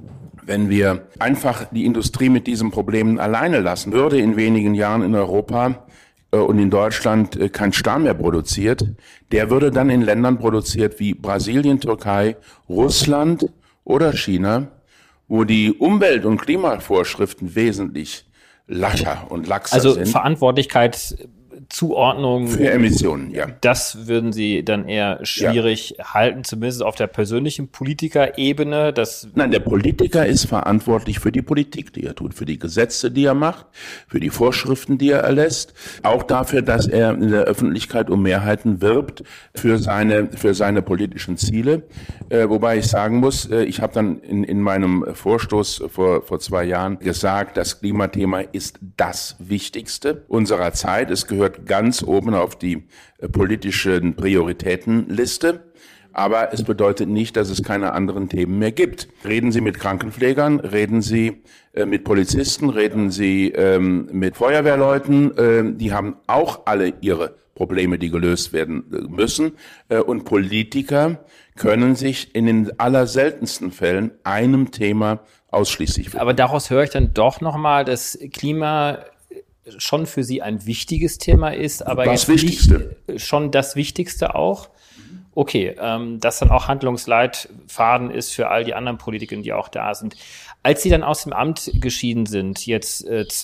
Wenn wir einfach die Industrie mit diesen Problemen alleine lassen, würde in wenigen Jahren in Europa und in Deutschland kein Stahl mehr produziert. Der würde dann in Ländern produziert wie Brasilien, Türkei, Russland oder China, wo die Umwelt- und Klimavorschriften wesentlich lacher und laxer sind. Also Verantwortlichkeit, Zuordnung für Emissionen, ja. Das würden Sie dann eher schwierig halten, zumindest auf der persönlichen Politikerebene. Nein, der Politiker ist verantwortlich für die Politik, die er tut, für die Gesetze, die er macht, für die Vorschriften, die er erlässt, auch dafür, dass er in der Öffentlichkeit um Mehrheiten wirbt für seine politischen Ziele. Wobei ich sagen muss, ich habe dann in meinem Vorstoß vor 2 Jahren gesagt, das Klimathema ist das Wichtigste unserer Zeit. Es gehört ganz oben auf die politischen Prioritätenliste. Aber es bedeutet nicht, dass es keine anderen Themen mehr gibt. Reden Sie mit Krankenpflegern, reden Sie mit Polizisten, reden Sie mit Feuerwehrleuten. Die haben auch alle ihre Probleme, die gelöst werden müssen. Und Politiker können sich in den allerseltensten Fällen einem Thema ausschließlich widmen. Aber daraus höre ich dann doch nochmal, dass Klima schon für Sie ein wichtiges Thema ist, aber das jetzt Wichtigste. Nicht schon das Wichtigste auch? Okay, das dann auch Handlungsleitfaden ist für all die anderen Politiker, die auch da sind. Als Sie dann aus dem Amt geschieden sind, jetzt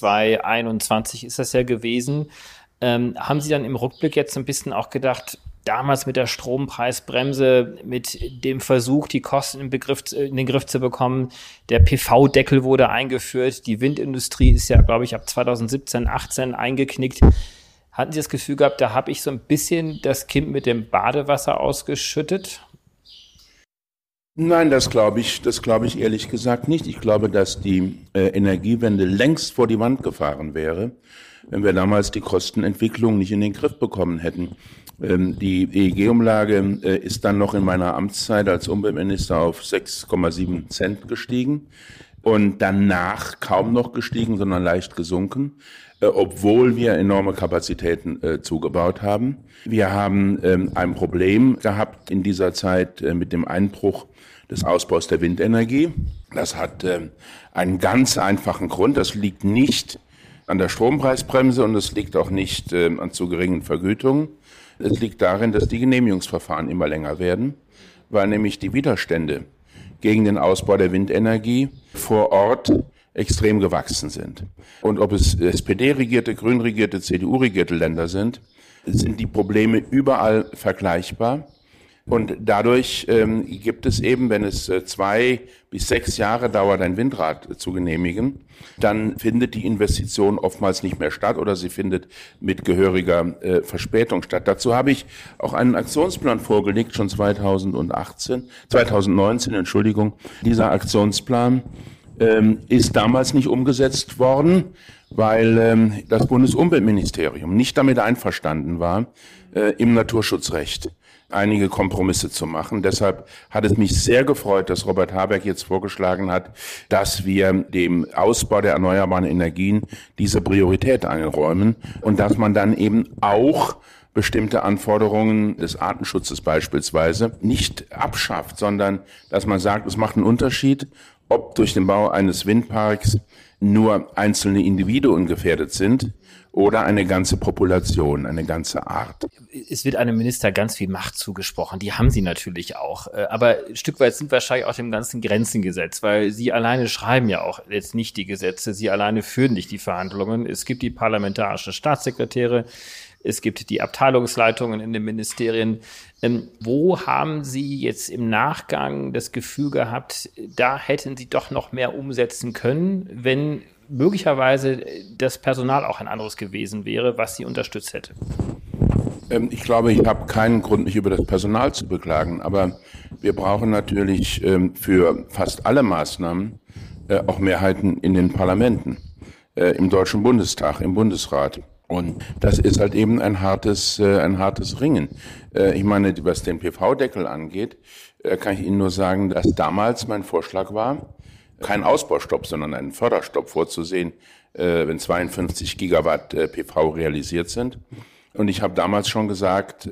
2021 ist das ja gewesen, haben Sie dann im Rückblick jetzt ein bisschen auch gedacht, damals mit der Strompreisbremse, mit dem Versuch, die Kosten in den Griff zu bekommen, der PV-Deckel wurde eingeführt, die Windindustrie ist ja, glaube ich, ab 2017, 18 eingeknickt. Hatten Sie das Gefühl gehabt, da habe ich so ein bisschen das Kind mit dem Badewasser ausgeschüttet? Nein, das glaube ich ehrlich gesagt nicht. Ich glaube, dass die Energiewende längst vor die Wand gefahren wäre, wenn wir damals die Kostenentwicklung nicht in den Griff bekommen hätten. Die EEG-Umlage ist dann noch in meiner Amtszeit als Umweltminister auf 6,7 Cent gestiegen. und danach kaum noch gestiegen, sondern leicht gesunken, obwohl wir enorme Kapazitäten zugebaut haben. Wir haben ein Problem gehabt in dieser Zeit mit dem Einbruch des Ausbaus der Windenergie. Das hat einen ganz einfachen Grund. Das liegt nicht an der Strompreisbremse und es liegt auch nicht an zu geringen Vergütungen. Es liegt darin, dass die Genehmigungsverfahren immer länger werden, weil nämlich die Widerstände gegen den Ausbau der Windenergie vor Ort extrem gewachsen sind. Und ob es SPD-regierte, Grün-regierte, CDU-regierte Länder sind die Probleme überall vergleichbar. Und dadurch gibt es eben, wenn es 2 bis 6 Jahre dauert, ein Windrad zu genehmigen, dann findet die Investition oftmals nicht mehr statt oder sie findet mit gehöriger Verspätung statt. Dazu habe ich auch einen Aktionsplan vorgelegt, schon 2019. Dieser Aktionsplan ist damals nicht umgesetzt worden, weil das Bundesumweltministerium nicht damit einverstanden war, im Naturschutzrecht einige Kompromisse zu machen. Deshalb hat es mich sehr gefreut, dass Robert Habeck jetzt vorgeschlagen hat, dass wir dem Ausbau der erneuerbaren Energien diese Priorität einräumen und dass man dann eben auch bestimmte Anforderungen des Artenschutzes beispielsweise nicht abschafft, sondern dass man sagt, es macht einen Unterschied, ob durch den Bau eines Windparks nur einzelne Individuen gefährdet sind oder eine ganze Population, eine ganze Art. Es wird einem Minister ganz viel Macht zugesprochen, die haben sie natürlich auch. Aber ein Stück weit sind wahrscheinlich auch dem ganzen Grenzen gesetzt, weil sie alleine schreiben ja auch jetzt nicht die Gesetze, sie alleine führen nicht die Verhandlungen. Es gibt die parlamentarischen Staatssekretäre, es gibt die Abteilungsleitungen in den Ministerien. Wo haben Sie jetzt im Nachgang das Gefühl gehabt, da hätten Sie doch noch mehr umsetzen können, wenn möglicherweise das Personal auch ein anderes gewesen wäre, was Sie unterstützt hätte? Ich glaube, ich habe keinen Grund, mich über das Personal zu beklagen, aber wir brauchen natürlich für fast alle Maßnahmen auch Mehrheiten in den Parlamenten, im Deutschen Bundestag, im Bundesrat. Und das ist halt eben ein hartes Ringen. Ich meine, was den PV-Deckel angeht, kann ich Ihnen nur sagen, dass damals mein Vorschlag war, keinen Ausbaustopp, sondern einen Förderstopp vorzusehen, wenn 52 Gigawatt PV realisiert sind. Und ich habe damals schon gesagt,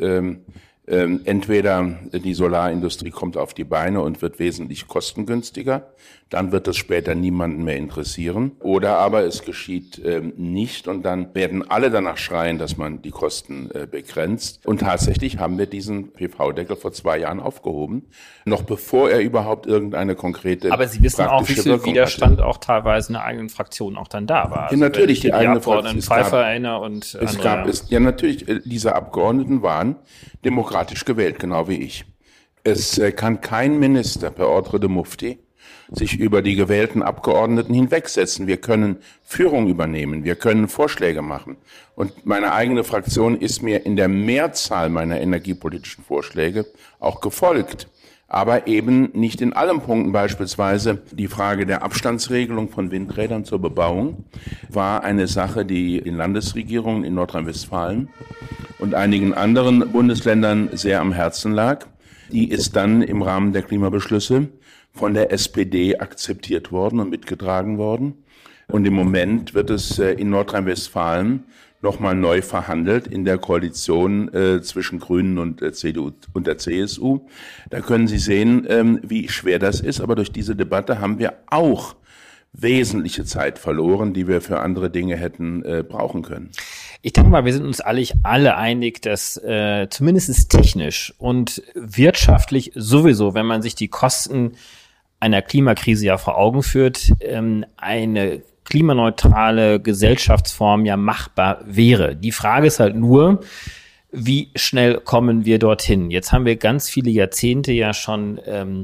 entweder die Solarindustrie kommt auf die Beine und wird wesentlich kostengünstiger, dann wird das später niemanden mehr interessieren, oder aber es geschieht nicht und dann werden alle danach schreien, dass man die Kosten begrenzt. Und tatsächlich haben wir diesen PV-Deckel vor 2 Jahren aufgehoben, noch bevor er überhaupt irgendeine konkrete Aber Sie wissen auch, wie viel Widerstand hatte. Auch teilweise in der eigenen Fraktion auch dann da war. Also ja, natürlich, die eigene Fraktion. Pfeiffer erinnere und es gab es. Ja, natürlich, diese Abgeordneten waren demokratisch gewählt, genau wie ich. Es kann kein Minister per Ordre de Mufti sich über die gewählten Abgeordneten hinwegsetzen. Wir können Führung übernehmen, wir können Vorschläge machen. Und meine eigene Fraktion ist mir in der Mehrzahl meiner energiepolitischen Vorschläge auch gefolgt. Aber eben nicht in allen Punkten. Beispielsweise die Frage der Abstandsregelung von Windrädern zur Bebauung war eine Sache, die den Landesregierungen in Nordrhein-Westfalen und einigen anderen Bundesländern sehr am Herzen lag. Die ist dann im Rahmen der Klimabeschlüsse von der SPD akzeptiert worden und mitgetragen worden. Und im Moment wird es in Nordrhein-Westfalen nochmal neu verhandelt in der Koalition zwischen Grünen und CDU und der CSU. Da können Sie sehen, wie schwer das ist. Aber durch diese Debatte haben wir auch wesentliche Zeit verloren, die wir für andere Dinge hätten brauchen können. Ich denke mal, wir sind uns alle einig, dass zumindest technisch und wirtschaftlich sowieso, wenn man sich die Kosten einer Klimakrise ja vor Augen führt, eine klimaneutrale Gesellschaftsform ja machbar wäre. Die Frage ist halt nur, wie schnell kommen wir dorthin? Jetzt haben wir ganz viele Jahrzehnte ja schon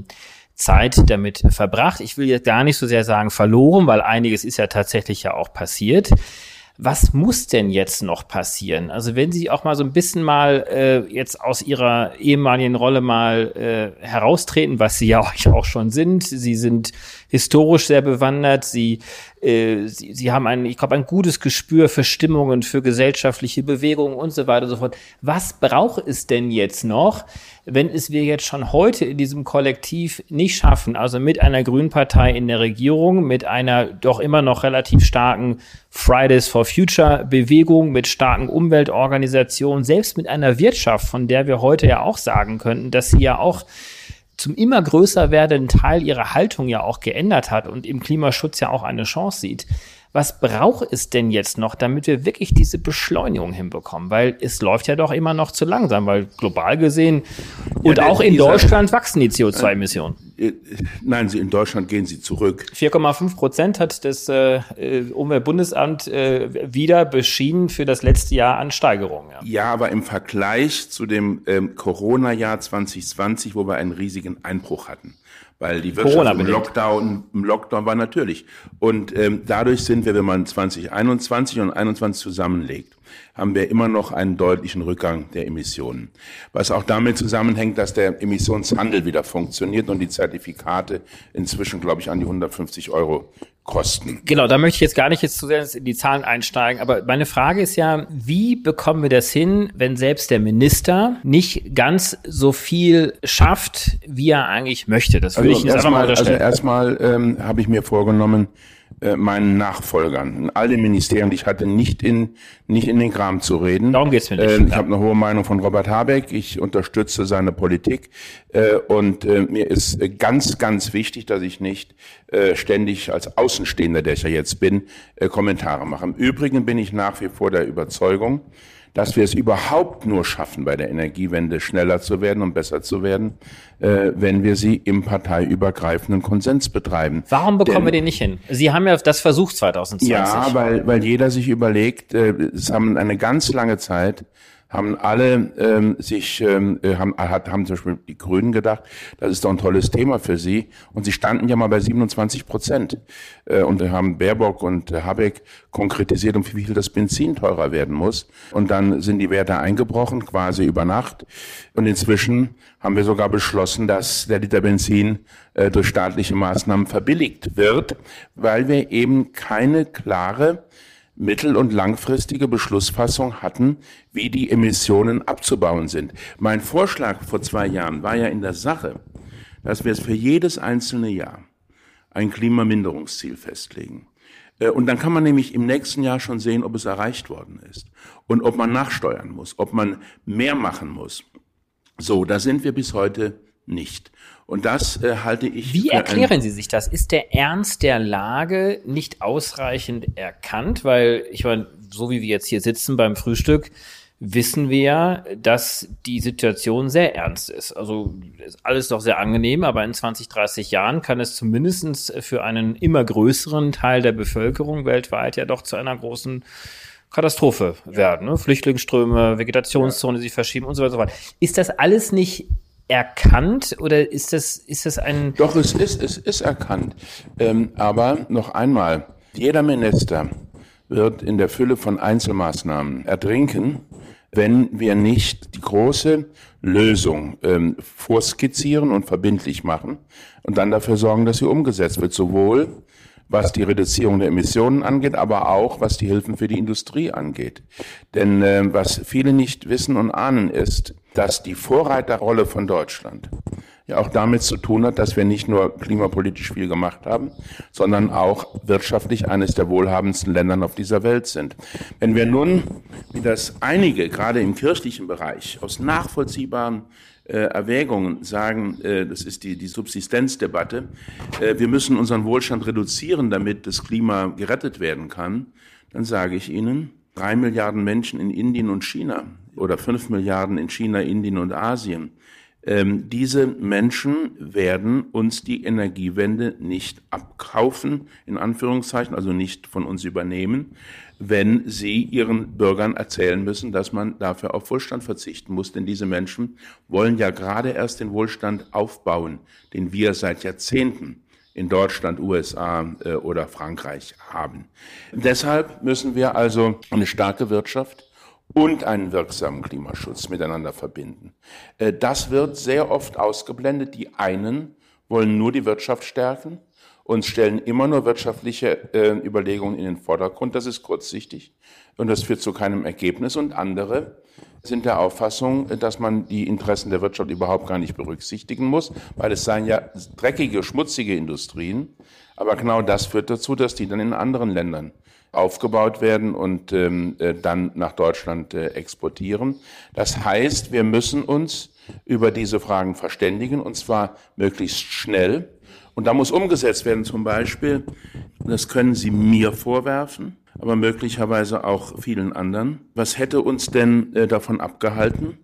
Zeit damit verbracht. Ich will jetzt gar nicht so sehr sagen verloren, weil einiges ist ja tatsächlich ja auch passiert. Was muss denn jetzt noch passieren? Also wenn Sie auch mal so ein bisschen mal jetzt aus Ihrer ehemaligen Rolle mal heraustreten, was Sie ja auch schon sind. Sie sind historisch sehr bewandert. Sie haben ein gutes Gespür für Stimmungen, für gesellschaftliche Bewegungen und so weiter und so fort. Was braucht es denn jetzt noch, wenn wir jetzt schon heute in diesem Kollektiv nicht schaffen, also mit einer Grünen Partei in der Regierung, mit einer doch immer noch relativ starken Fridays for Future Bewegung, mit starken Umweltorganisationen, selbst mit einer Wirtschaft, von der wir heute ja auch sagen könnten, dass sie ja auch zum immer größer werdenden Teil ihrer Haltung ja auch geändert hat und im Klimaschutz ja auch eine Chance sieht. Was braucht es denn jetzt noch, damit wir wirklich diese Beschleunigung hinbekommen? Weil es läuft ja doch immer noch zu langsam, weil global gesehen und auch in Deutschland wachsen die CO2-Emissionen. Nein, in Deutschland gehen sie zurück. 4,5% hat das Umweltbundesamt wieder beschieden für das letzte Jahr an Steigerungen. Ja, aber im Vergleich zu dem Corona-Jahr 2020, wo wir einen riesigen Einbruch hatten. Weil die Wirtschaft im Lockdown war natürlich. Und dadurch sind wir, wenn man 2021 und 2021 zusammenlegt, haben wir immer noch einen deutlichen Rückgang der Emissionen. Was auch damit zusammenhängt, dass der Emissionshandel wieder funktioniert und die Zertifikate inzwischen, glaube ich, an die 150 € kosten. Genau, da möchte ich jetzt gar nicht zu sehr in die Zahlen einsteigen, aber meine Frage ist ja, wie bekommen wir das hin, wenn selbst der Minister nicht ganz so viel schafft, wie er eigentlich möchte? Das würde ich jetzt einfach mal unterstellen. Also erstmal habe ich mir vorgenommen, meinen Nachfolgern in all den Ministerien, die ich hatte, nicht in den Kram zu reden. Darum geht's mir nicht. Ich habe eine hohe Meinung von Robert Habeck. Ich unterstütze seine Politik und mir ist ganz, ganz wichtig, dass ich nicht ständig als Außenstehender, der ich ja jetzt bin, Kommentare mache. Im Übrigen bin ich nach wie vor der Überzeugung, dass wir es überhaupt nur schaffen, bei der Energiewende schneller zu werden und besser zu werden, wenn wir sie im parteiübergreifenden Konsens betreiben. Warum bekommen wir den nicht hin? Sie haben ja das versucht 2020. Ja, weil jeder sich überlegt, es haben eine ganz lange Zeit, haben alle haben zum Beispiel die Grünen gedacht, das ist doch ein tolles Thema für sie. Und sie standen ja mal bei 27%. Und haben Baerbock und Habeck konkretisiert, um wie viel das Benzin teurer werden muss. Und dann sind die Werte eingebrochen, quasi über Nacht. Und inzwischen haben wir sogar beschlossen, dass der Liter Benzin durch staatliche Maßnahmen verbilligt wird, weil wir eben keine klare mittel- und langfristige Beschlussfassung hatten, wie die Emissionen abzubauen sind. Mein Vorschlag vor 2 Jahren war ja in der Sache, dass wir es für jedes einzelne Jahr ein Klimaminderungsziel festlegen. Und dann kann man nämlich im nächsten Jahr schon sehen, ob es erreicht worden ist und ob man nachsteuern muss, ob man mehr machen muss. So, da sind wir bis heute nicht. Und das halte ich. Wie erklären Sie sich das? Ist der Ernst der Lage nicht ausreichend erkannt? Weil, ich meine, so wie wir jetzt hier sitzen beim Frühstück, wissen wir ja, dass die Situation sehr ernst ist. Also ist alles doch sehr angenehm, aber in 20, 30 Jahren kann es zumindest für einen immer größeren Teil der Bevölkerung weltweit ja doch zu einer großen Katastrophe werden. Ne? Flüchtlingsströme, Vegetationszone, die sich verschieben und so weiter und so fort. Ist das alles nicht erkannt oder ist das ein... Doch, es ist erkannt. Aber noch einmal, jeder Minister wird in der Fülle von Einzelmaßnahmen ertrinken, wenn wir nicht die große Lösung vorskizzieren und verbindlich machen und dann dafür sorgen, dass sie umgesetzt wird, sowohl was die Reduzierung der Emissionen angeht, aber auch was die Hilfen für die Industrie angeht. Denn was viele nicht wissen und ahnen ist, dass die Vorreiterrolle von Deutschland ja auch damit zu tun hat, dass wir nicht nur klimapolitisch viel gemacht haben, sondern auch wirtschaftlich eines der wohlhabendsten Länder auf dieser Welt sind. Wenn wir nun, wie das einige, gerade im kirchlichen Bereich, aus nachvollziehbaren Erwägungen sagen, das ist die Subsistenzdebatte, wir müssen unseren Wohlstand reduzieren, damit das Klima gerettet werden kann, dann sage ich Ihnen, 3 Milliarden Menschen in Indien und China oder 5 Milliarden in China, Indien und Asien, diese Menschen werden uns die Energiewende nicht abkaufen, in Anführungszeichen, also nicht von uns übernehmen, wenn sie ihren Bürgern erzählen müssen, dass man dafür auf Wohlstand verzichten muss. Denn diese Menschen wollen ja gerade erst den Wohlstand aufbauen, den wir seit Jahrzehnten in Deutschland, USA oder Frankreich haben. Deshalb müssen wir also eine starke Wirtschaft und einen wirksamen Klimaschutz miteinander verbinden. Das wird sehr oft ausgeblendet. Die einen wollen nur die Wirtschaft stärken und stellen immer nur wirtschaftliche Überlegungen in den Vordergrund. Das ist kurzsichtig und das führt zu keinem Ergebnis. Und andere sind der Auffassung, dass man die Interessen der Wirtschaft überhaupt gar nicht berücksichtigen muss, weil es seien ja dreckige, schmutzige Industrien. Aber genau das führt dazu, dass die dann in anderen Ländern aufgebaut werden und dann nach Deutschland exportieren. Das heißt, wir müssen uns über diese Fragen verständigen, und zwar möglichst schnell. Und da muss umgesetzt werden, zum Beispiel, das können Sie mir vorwerfen, aber möglicherweise auch vielen anderen. Was hätte uns denn davon abgehalten,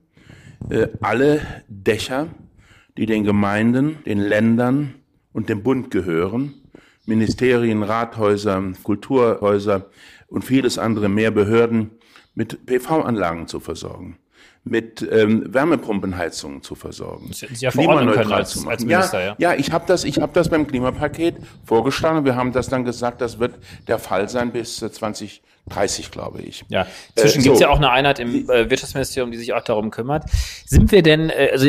alle Dächer, die den Gemeinden, den Ländern und dem Bund gehören, Ministerien, Rathäuser, Kulturhäuser und vieles andere mehr Behörden mit PV-Anlagen zu versorgen, mit Wärmepumpenheizungen zu versorgen, das hätten Sie ja verordnen können als Minister, ja, ich habe das beim Klimapaket vorgeschlagen und wir haben das dann gesagt, das wird der Fall sein bis 2030, glaube ich. Ja, inzwischen gibt es ja auch eine Einheit im Wirtschaftsministerium, die sich auch darum kümmert. Sind wir denn, es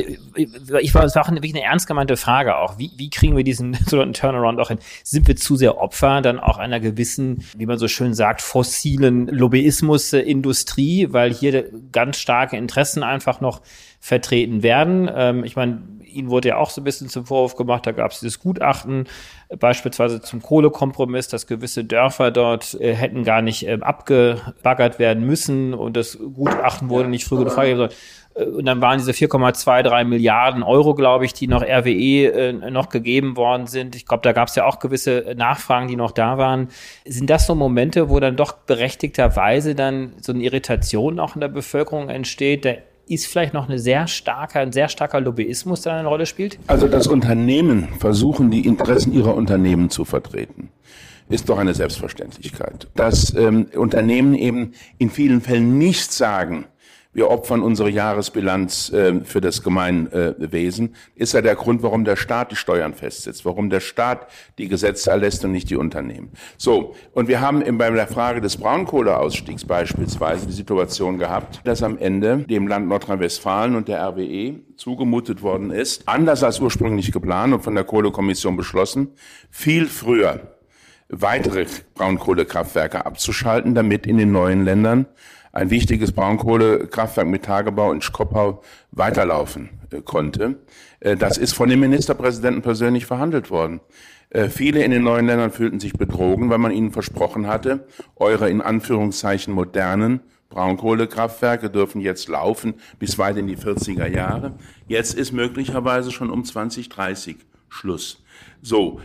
war wirklich eine ernst gemeinte Frage auch, wie kriegen wir diesen sogenannten Turnaround auch hin? Sind wir zu sehr Opfer dann auch einer gewissen, wie man so schön sagt, fossilen Lobbyismus-Industrie, weil hier ganz starke Interessen einfach noch vertreten werden? Ich meine, Ihnen wurde ja auch so ein bisschen zum Vorwurf gemacht, da gab es dieses Gutachten, beispielsweise zum Kohlekompromiss, dass gewisse Dörfer dort hätten gar nicht abgebaggert werden müssen und das Gutachten wurde nicht früh genug freigegeben. Und dann waren diese 4,23 Milliarden Euro, glaube ich, die noch RWE noch gegeben worden sind. Ich glaube, da gab es ja auch gewisse Nachfragen, die noch da waren. Sind das so Momente, wo dann doch berechtigterweise dann so eine Irritation auch in der Bevölkerung entsteht? Da ist vielleicht noch ein sehr starker Lobbyismus, der eine Rolle spielt? Also das Unternehmen versuchen, die Interessen ihrer Unternehmen zu vertreten, ist doch eine Selbstverständlichkeit. Dass Unternehmen eben in vielen Fällen nicht sagen, wir opfern unsere Jahresbilanz für das Gemeinwesen, ist ja der Grund, warum der Staat die Steuern festsetzt, warum der Staat die Gesetze erlässt und nicht die Unternehmen. So, und wir haben bei der Frage des Braunkohleausstiegs beispielsweise die Situation gehabt, dass am Ende dem Land Nordrhein-Westfalen und der RWE zugemutet worden ist, anders als ursprünglich geplant und von der Kohlekommission beschlossen, viel früher weitere Braunkohlekraftwerke abzuschalten, damit in den neuen Ländern ein wichtiges Braunkohlekraftwerk mit Tagebau in Schkopau weiterlaufen konnte. Das ist von dem Ministerpräsidenten persönlich verhandelt worden. Viele in den neuen Ländern fühlten sich betrogen, weil man ihnen versprochen hatte, eure in Anführungszeichen modernen Braunkohlekraftwerke dürfen jetzt laufen bis weit in die 40er Jahre. Jetzt ist möglicherweise schon um 2030 Schluss. So,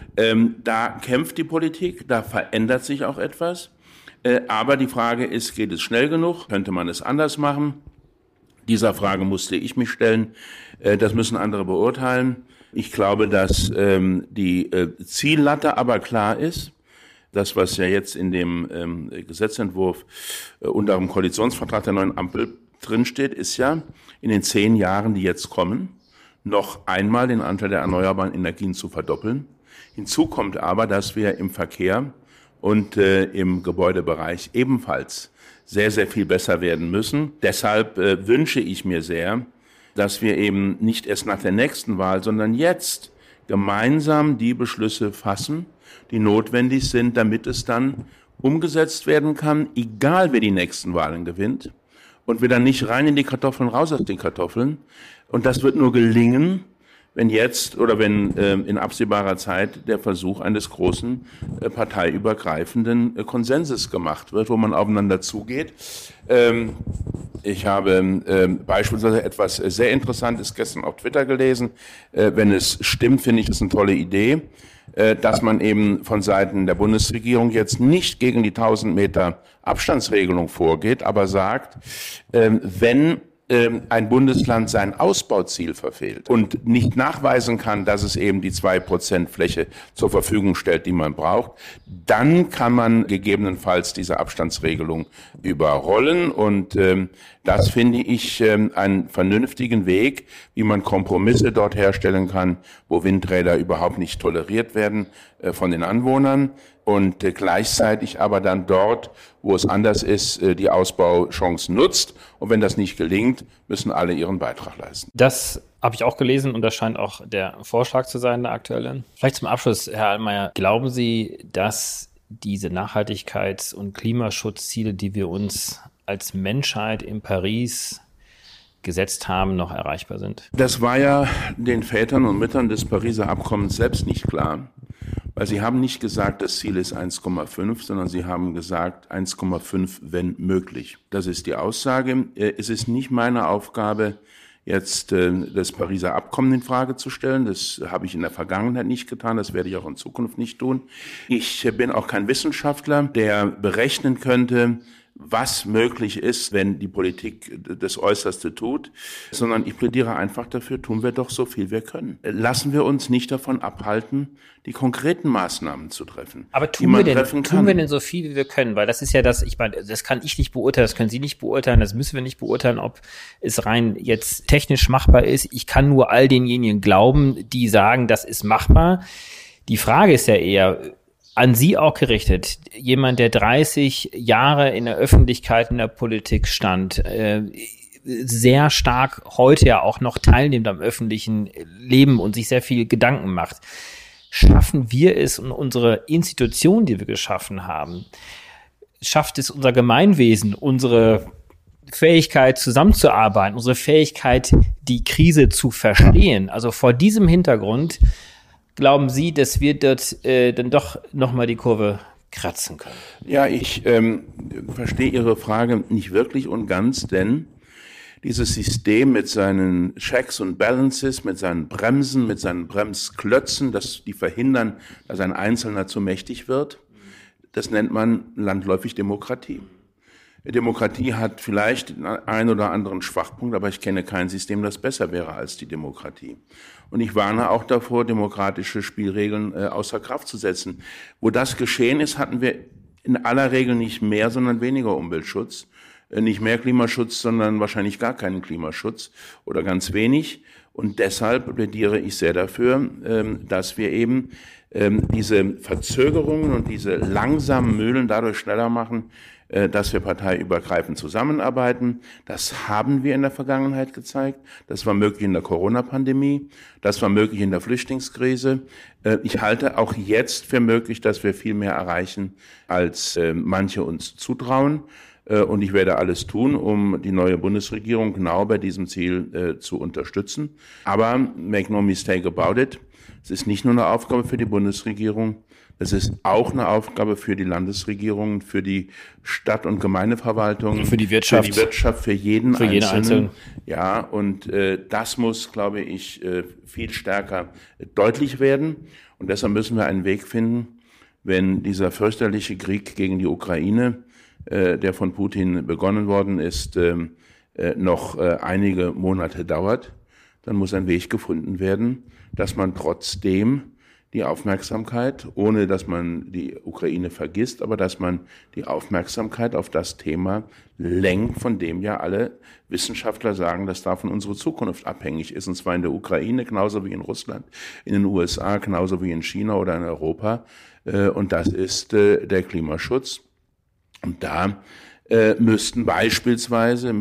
da kämpft die Politik, da verändert sich auch etwas. Aber die Frage ist, geht es schnell genug? Könnte man es anders machen? Dieser Frage musste ich mich stellen. Das müssen andere beurteilen. Ich glaube, dass die Ziellatte aber klar ist. Das, was ja jetzt in dem Gesetzentwurf unter dem Koalitionsvertrag der neuen Ampel drinsteht, ist ja in den 10 Jahren, die jetzt kommen, noch einmal den Anteil der erneuerbaren Energien zu verdoppeln. Hinzu kommt aber, dass wir im Verkehr und im Gebäudebereich ebenfalls sehr, sehr viel besser werden müssen. Deshalb wünsche ich mir sehr, dass wir eben nicht erst nach der nächsten Wahl, sondern jetzt gemeinsam die Beschlüsse fassen, die notwendig sind, damit es dann umgesetzt werden kann, egal wer die nächsten Wahlen gewinnt. Und wir dann nicht rein in die Kartoffeln, raus aus den Kartoffeln. Und das wird nur gelingen, wenn jetzt oder wenn in absehbarer Zeit der Versuch eines großen parteiübergreifenden Konsenses gemacht wird, wo man aufeinander zugeht. Ich habe beispielsweise etwas sehr Interessantes gestern auf Twitter gelesen. Wenn es stimmt, finde ich das eine tolle Idee, dass man eben von Seiten der Bundesregierung jetzt nicht gegen die 1000 Meter Abstandsregelung vorgeht, aber sagt, wenn ein Bundesland sein Ausbauziel verfehlt und nicht nachweisen kann, dass es eben die 2% Fläche zur Verfügung stellt, die man braucht, dann kann man gegebenenfalls diese Abstandsregelung überrollen und Das finde ich einen vernünftigen Weg, wie man Kompromisse dort herstellen kann, wo Windräder überhaupt nicht toleriert werden von den Anwohnern und gleichzeitig aber dann dort, wo es anders ist, die Ausbauchancen nutzt. Und wenn das nicht gelingt, müssen alle ihren Beitrag leisten. Das habe ich auch gelesen und das scheint auch der Vorschlag zu sein, der aktuelle. Vielleicht zum Abschluss, Herr Altmaier, glauben Sie, dass diese Nachhaltigkeits- und Klimaschutzziele, die wir uns als Menschheit in Paris gesetzt haben, noch erreichbar sind? Das war ja den Vätern und Müttern des Pariser Abkommens selbst nicht klar, weil sie haben nicht gesagt, das Ziel ist 1,5, sondern sie haben gesagt 1,5, wenn möglich. Das ist die Aussage. Es ist nicht meine Aufgabe, jetzt das Pariser Abkommen in Frage zu stellen. Das habe ich in der Vergangenheit nicht getan, das werde ich auch in Zukunft nicht tun. Ich bin auch kein Wissenschaftler, der berechnen könnte, was möglich ist, wenn die Politik das Äußerste tut, sondern ich plädiere einfach dafür, tun wir doch so viel wir können. Lassen wir uns nicht davon abhalten, die konkreten Maßnahmen zu treffen. Aber tun wir denn so viel wie wir können? Weil das ist ja das, ich meine, das kann ich nicht beurteilen, das können Sie nicht beurteilen, das müssen wir nicht beurteilen, ob es rein jetzt technisch machbar ist. Ich kann nur all denjenigen glauben, die sagen, das ist machbar. Die Frage ist ja eher, an Sie auch gerichtet, jemand, der 30 Jahre in der Öffentlichkeit, in der Politik stand, sehr stark heute ja auch noch teilnimmt am öffentlichen Leben und sich sehr viel Gedanken macht. Schaffen wir es und unsere Institution, die wir geschaffen haben, schafft es unser Gemeinwesen, unsere Fähigkeit zusammenzuarbeiten, unsere Fähigkeit, die Krise zu verstehen? Also vor diesem Hintergrund glauben Sie, dass wir dort dann doch nochmal die Kurve kratzen können? Ja, ich verstehe Ihre Frage nicht wirklich und ganz, denn dieses System mit seinen Checks und Balances, mit seinen Bremsen, mit seinen Bremsklötzen, die verhindern, dass ein Einzelner zu mächtig wird, das nennt man landläufig Demokratie. Demokratie hat vielleicht einen oder anderen Schwachpunkt, aber ich kenne kein System, das besser wäre als die Demokratie. Und ich warne auch davor, demokratische Spielregeln außer Kraft zu setzen. Wo das geschehen ist, hatten wir in aller Regel nicht mehr, sondern weniger Umweltschutz. Nicht mehr Klimaschutz, sondern wahrscheinlich gar keinen Klimaschutz oder ganz wenig. Und deshalb plädiere ich sehr dafür, dass wir eben diese Verzögerungen und diese langsamen Mühlen dadurch schneller machen, dass wir parteiübergreifend zusammenarbeiten. Das haben wir in der Vergangenheit gezeigt. Das war möglich in der Corona-Pandemie. Das war möglich in der Flüchtlingskrise. Ich halte auch jetzt für möglich, dass wir viel mehr erreichen, als manche uns zutrauen. Und ich werde alles tun, um die neue Bundesregierung genau bei diesem Ziel zu unterstützen. Aber make no mistake about it. Es ist nicht nur eine Aufgabe für die Bundesregierung, es ist auch eine Aufgabe für die Landesregierungen, für die Stadt- und Gemeindeverwaltung, für die Wirtschaft, für jeden Einzelnen. Ja, und das muss, glaube ich, viel stärker deutlich werden. Und deshalb müssen wir einen Weg finden, wenn dieser fürchterliche Krieg gegen die Ukraine, der von Putin begonnen worden ist, noch einige Monate dauert, dann muss ein Weg gefunden werden, dass man trotzdem die Aufmerksamkeit, ohne dass man die Ukraine vergisst, aber dass man die Aufmerksamkeit auf das Thema lenkt, von dem ja alle Wissenschaftler sagen, dass davon unsere Zukunft abhängig ist, und zwar in der Ukraine genauso wie in Russland, in den USA genauso wie in China oder in Europa, und das ist der Klimaschutz. Und da könnten beispielsweise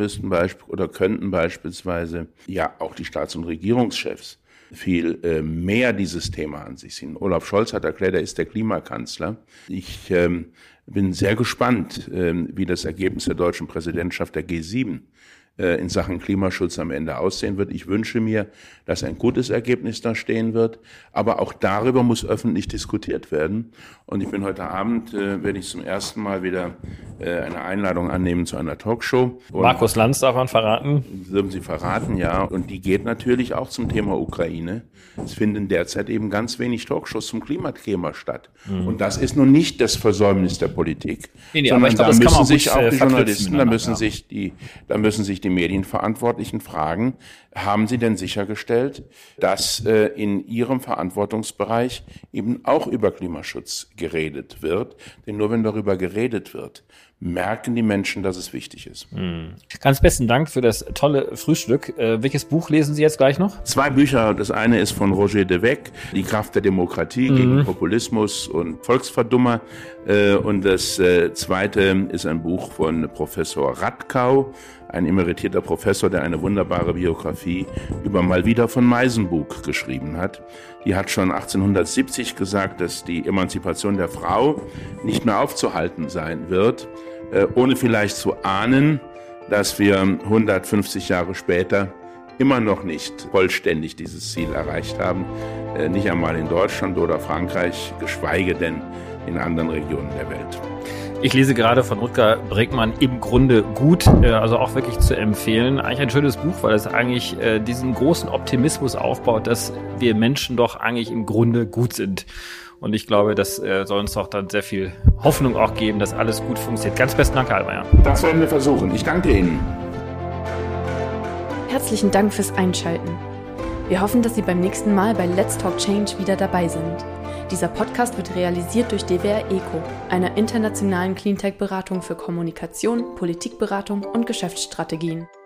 ja auch die Staats- und Regierungschefs viel mehr dieses Thema an sich sehen. Olaf Scholz hat erklärt, er ist der Klimakanzler. Ich bin sehr gespannt, wie das Ergebnis der deutschen Präsidentschaft der G7 in Sachen Klimaschutz am Ende aussehen wird. Ich wünsche mir, dass ein gutes Ergebnis da stehen wird, aber auch darüber muss öffentlich diskutiert werden. Und ich bin heute Abend, werde ich zum ersten Mal wieder eine Einladung annehmen zu einer Talkshow. Und Markus Lanz darf man verraten? Dürfen Sie verraten, ja. Und die geht natürlich auch zum Thema Ukraine. Es finden derzeit eben ganz wenig Talkshows zum Klimathema statt. Und das ist nun nicht das Versäumnis der Politik, sondern da müssen sich auch die Journalisten, da müssen sich die Medienverantwortlichen fragen, haben sie denn sichergestellt, dass in ihrem Verantwortungsbereich eben auch über Klimaschutz geredet wird? Denn nur wenn darüber geredet wird, merken die Menschen, dass es wichtig ist. Ganz besten Dank für das tolle Frühstück. Welches Buch lesen Sie jetzt gleich noch? 2 Bücher. Das eine ist von Roger de Weck, Die Kraft der Demokratie gegen Populismus und Volksverdummer. Und das zweite ist ein Buch von Professor Radkau, ein emeritierter Professor, der eine wunderbare Biografie über Malvida von Meisenbug geschrieben hat. Die hat schon 1870 gesagt, dass die Emanzipation der Frau nicht mehr aufzuhalten sein wird, ohne vielleicht zu ahnen, dass wir 150 Jahre später immer noch nicht vollständig dieses Ziel erreicht haben, nicht einmal in Deutschland oder Frankreich, geschweige denn in anderen Regionen der Welt. Ich lese gerade von Rutger Bregmann Im Grunde gut, also auch wirklich zu empfehlen. Eigentlich ein schönes Buch, weil es eigentlich diesen großen Optimismus aufbaut, dass wir Menschen doch eigentlich im Grunde gut sind. Und ich glaube, das soll uns doch dann sehr viel Hoffnung auch geben, dass alles gut funktioniert. Ganz besten Dank, Herr Altmaier. Das werden wir versuchen. Ich danke Ihnen. Herzlichen Dank fürs Einschalten. Wir hoffen, dass Sie beim nächsten Mal bei Let's Talk Change wieder dabei sind. Dieser Podcast wird realisiert durch DWR ECO, einer internationalen Cleantech-Beratung für Kommunikation, Politikberatung und Geschäftsstrategien.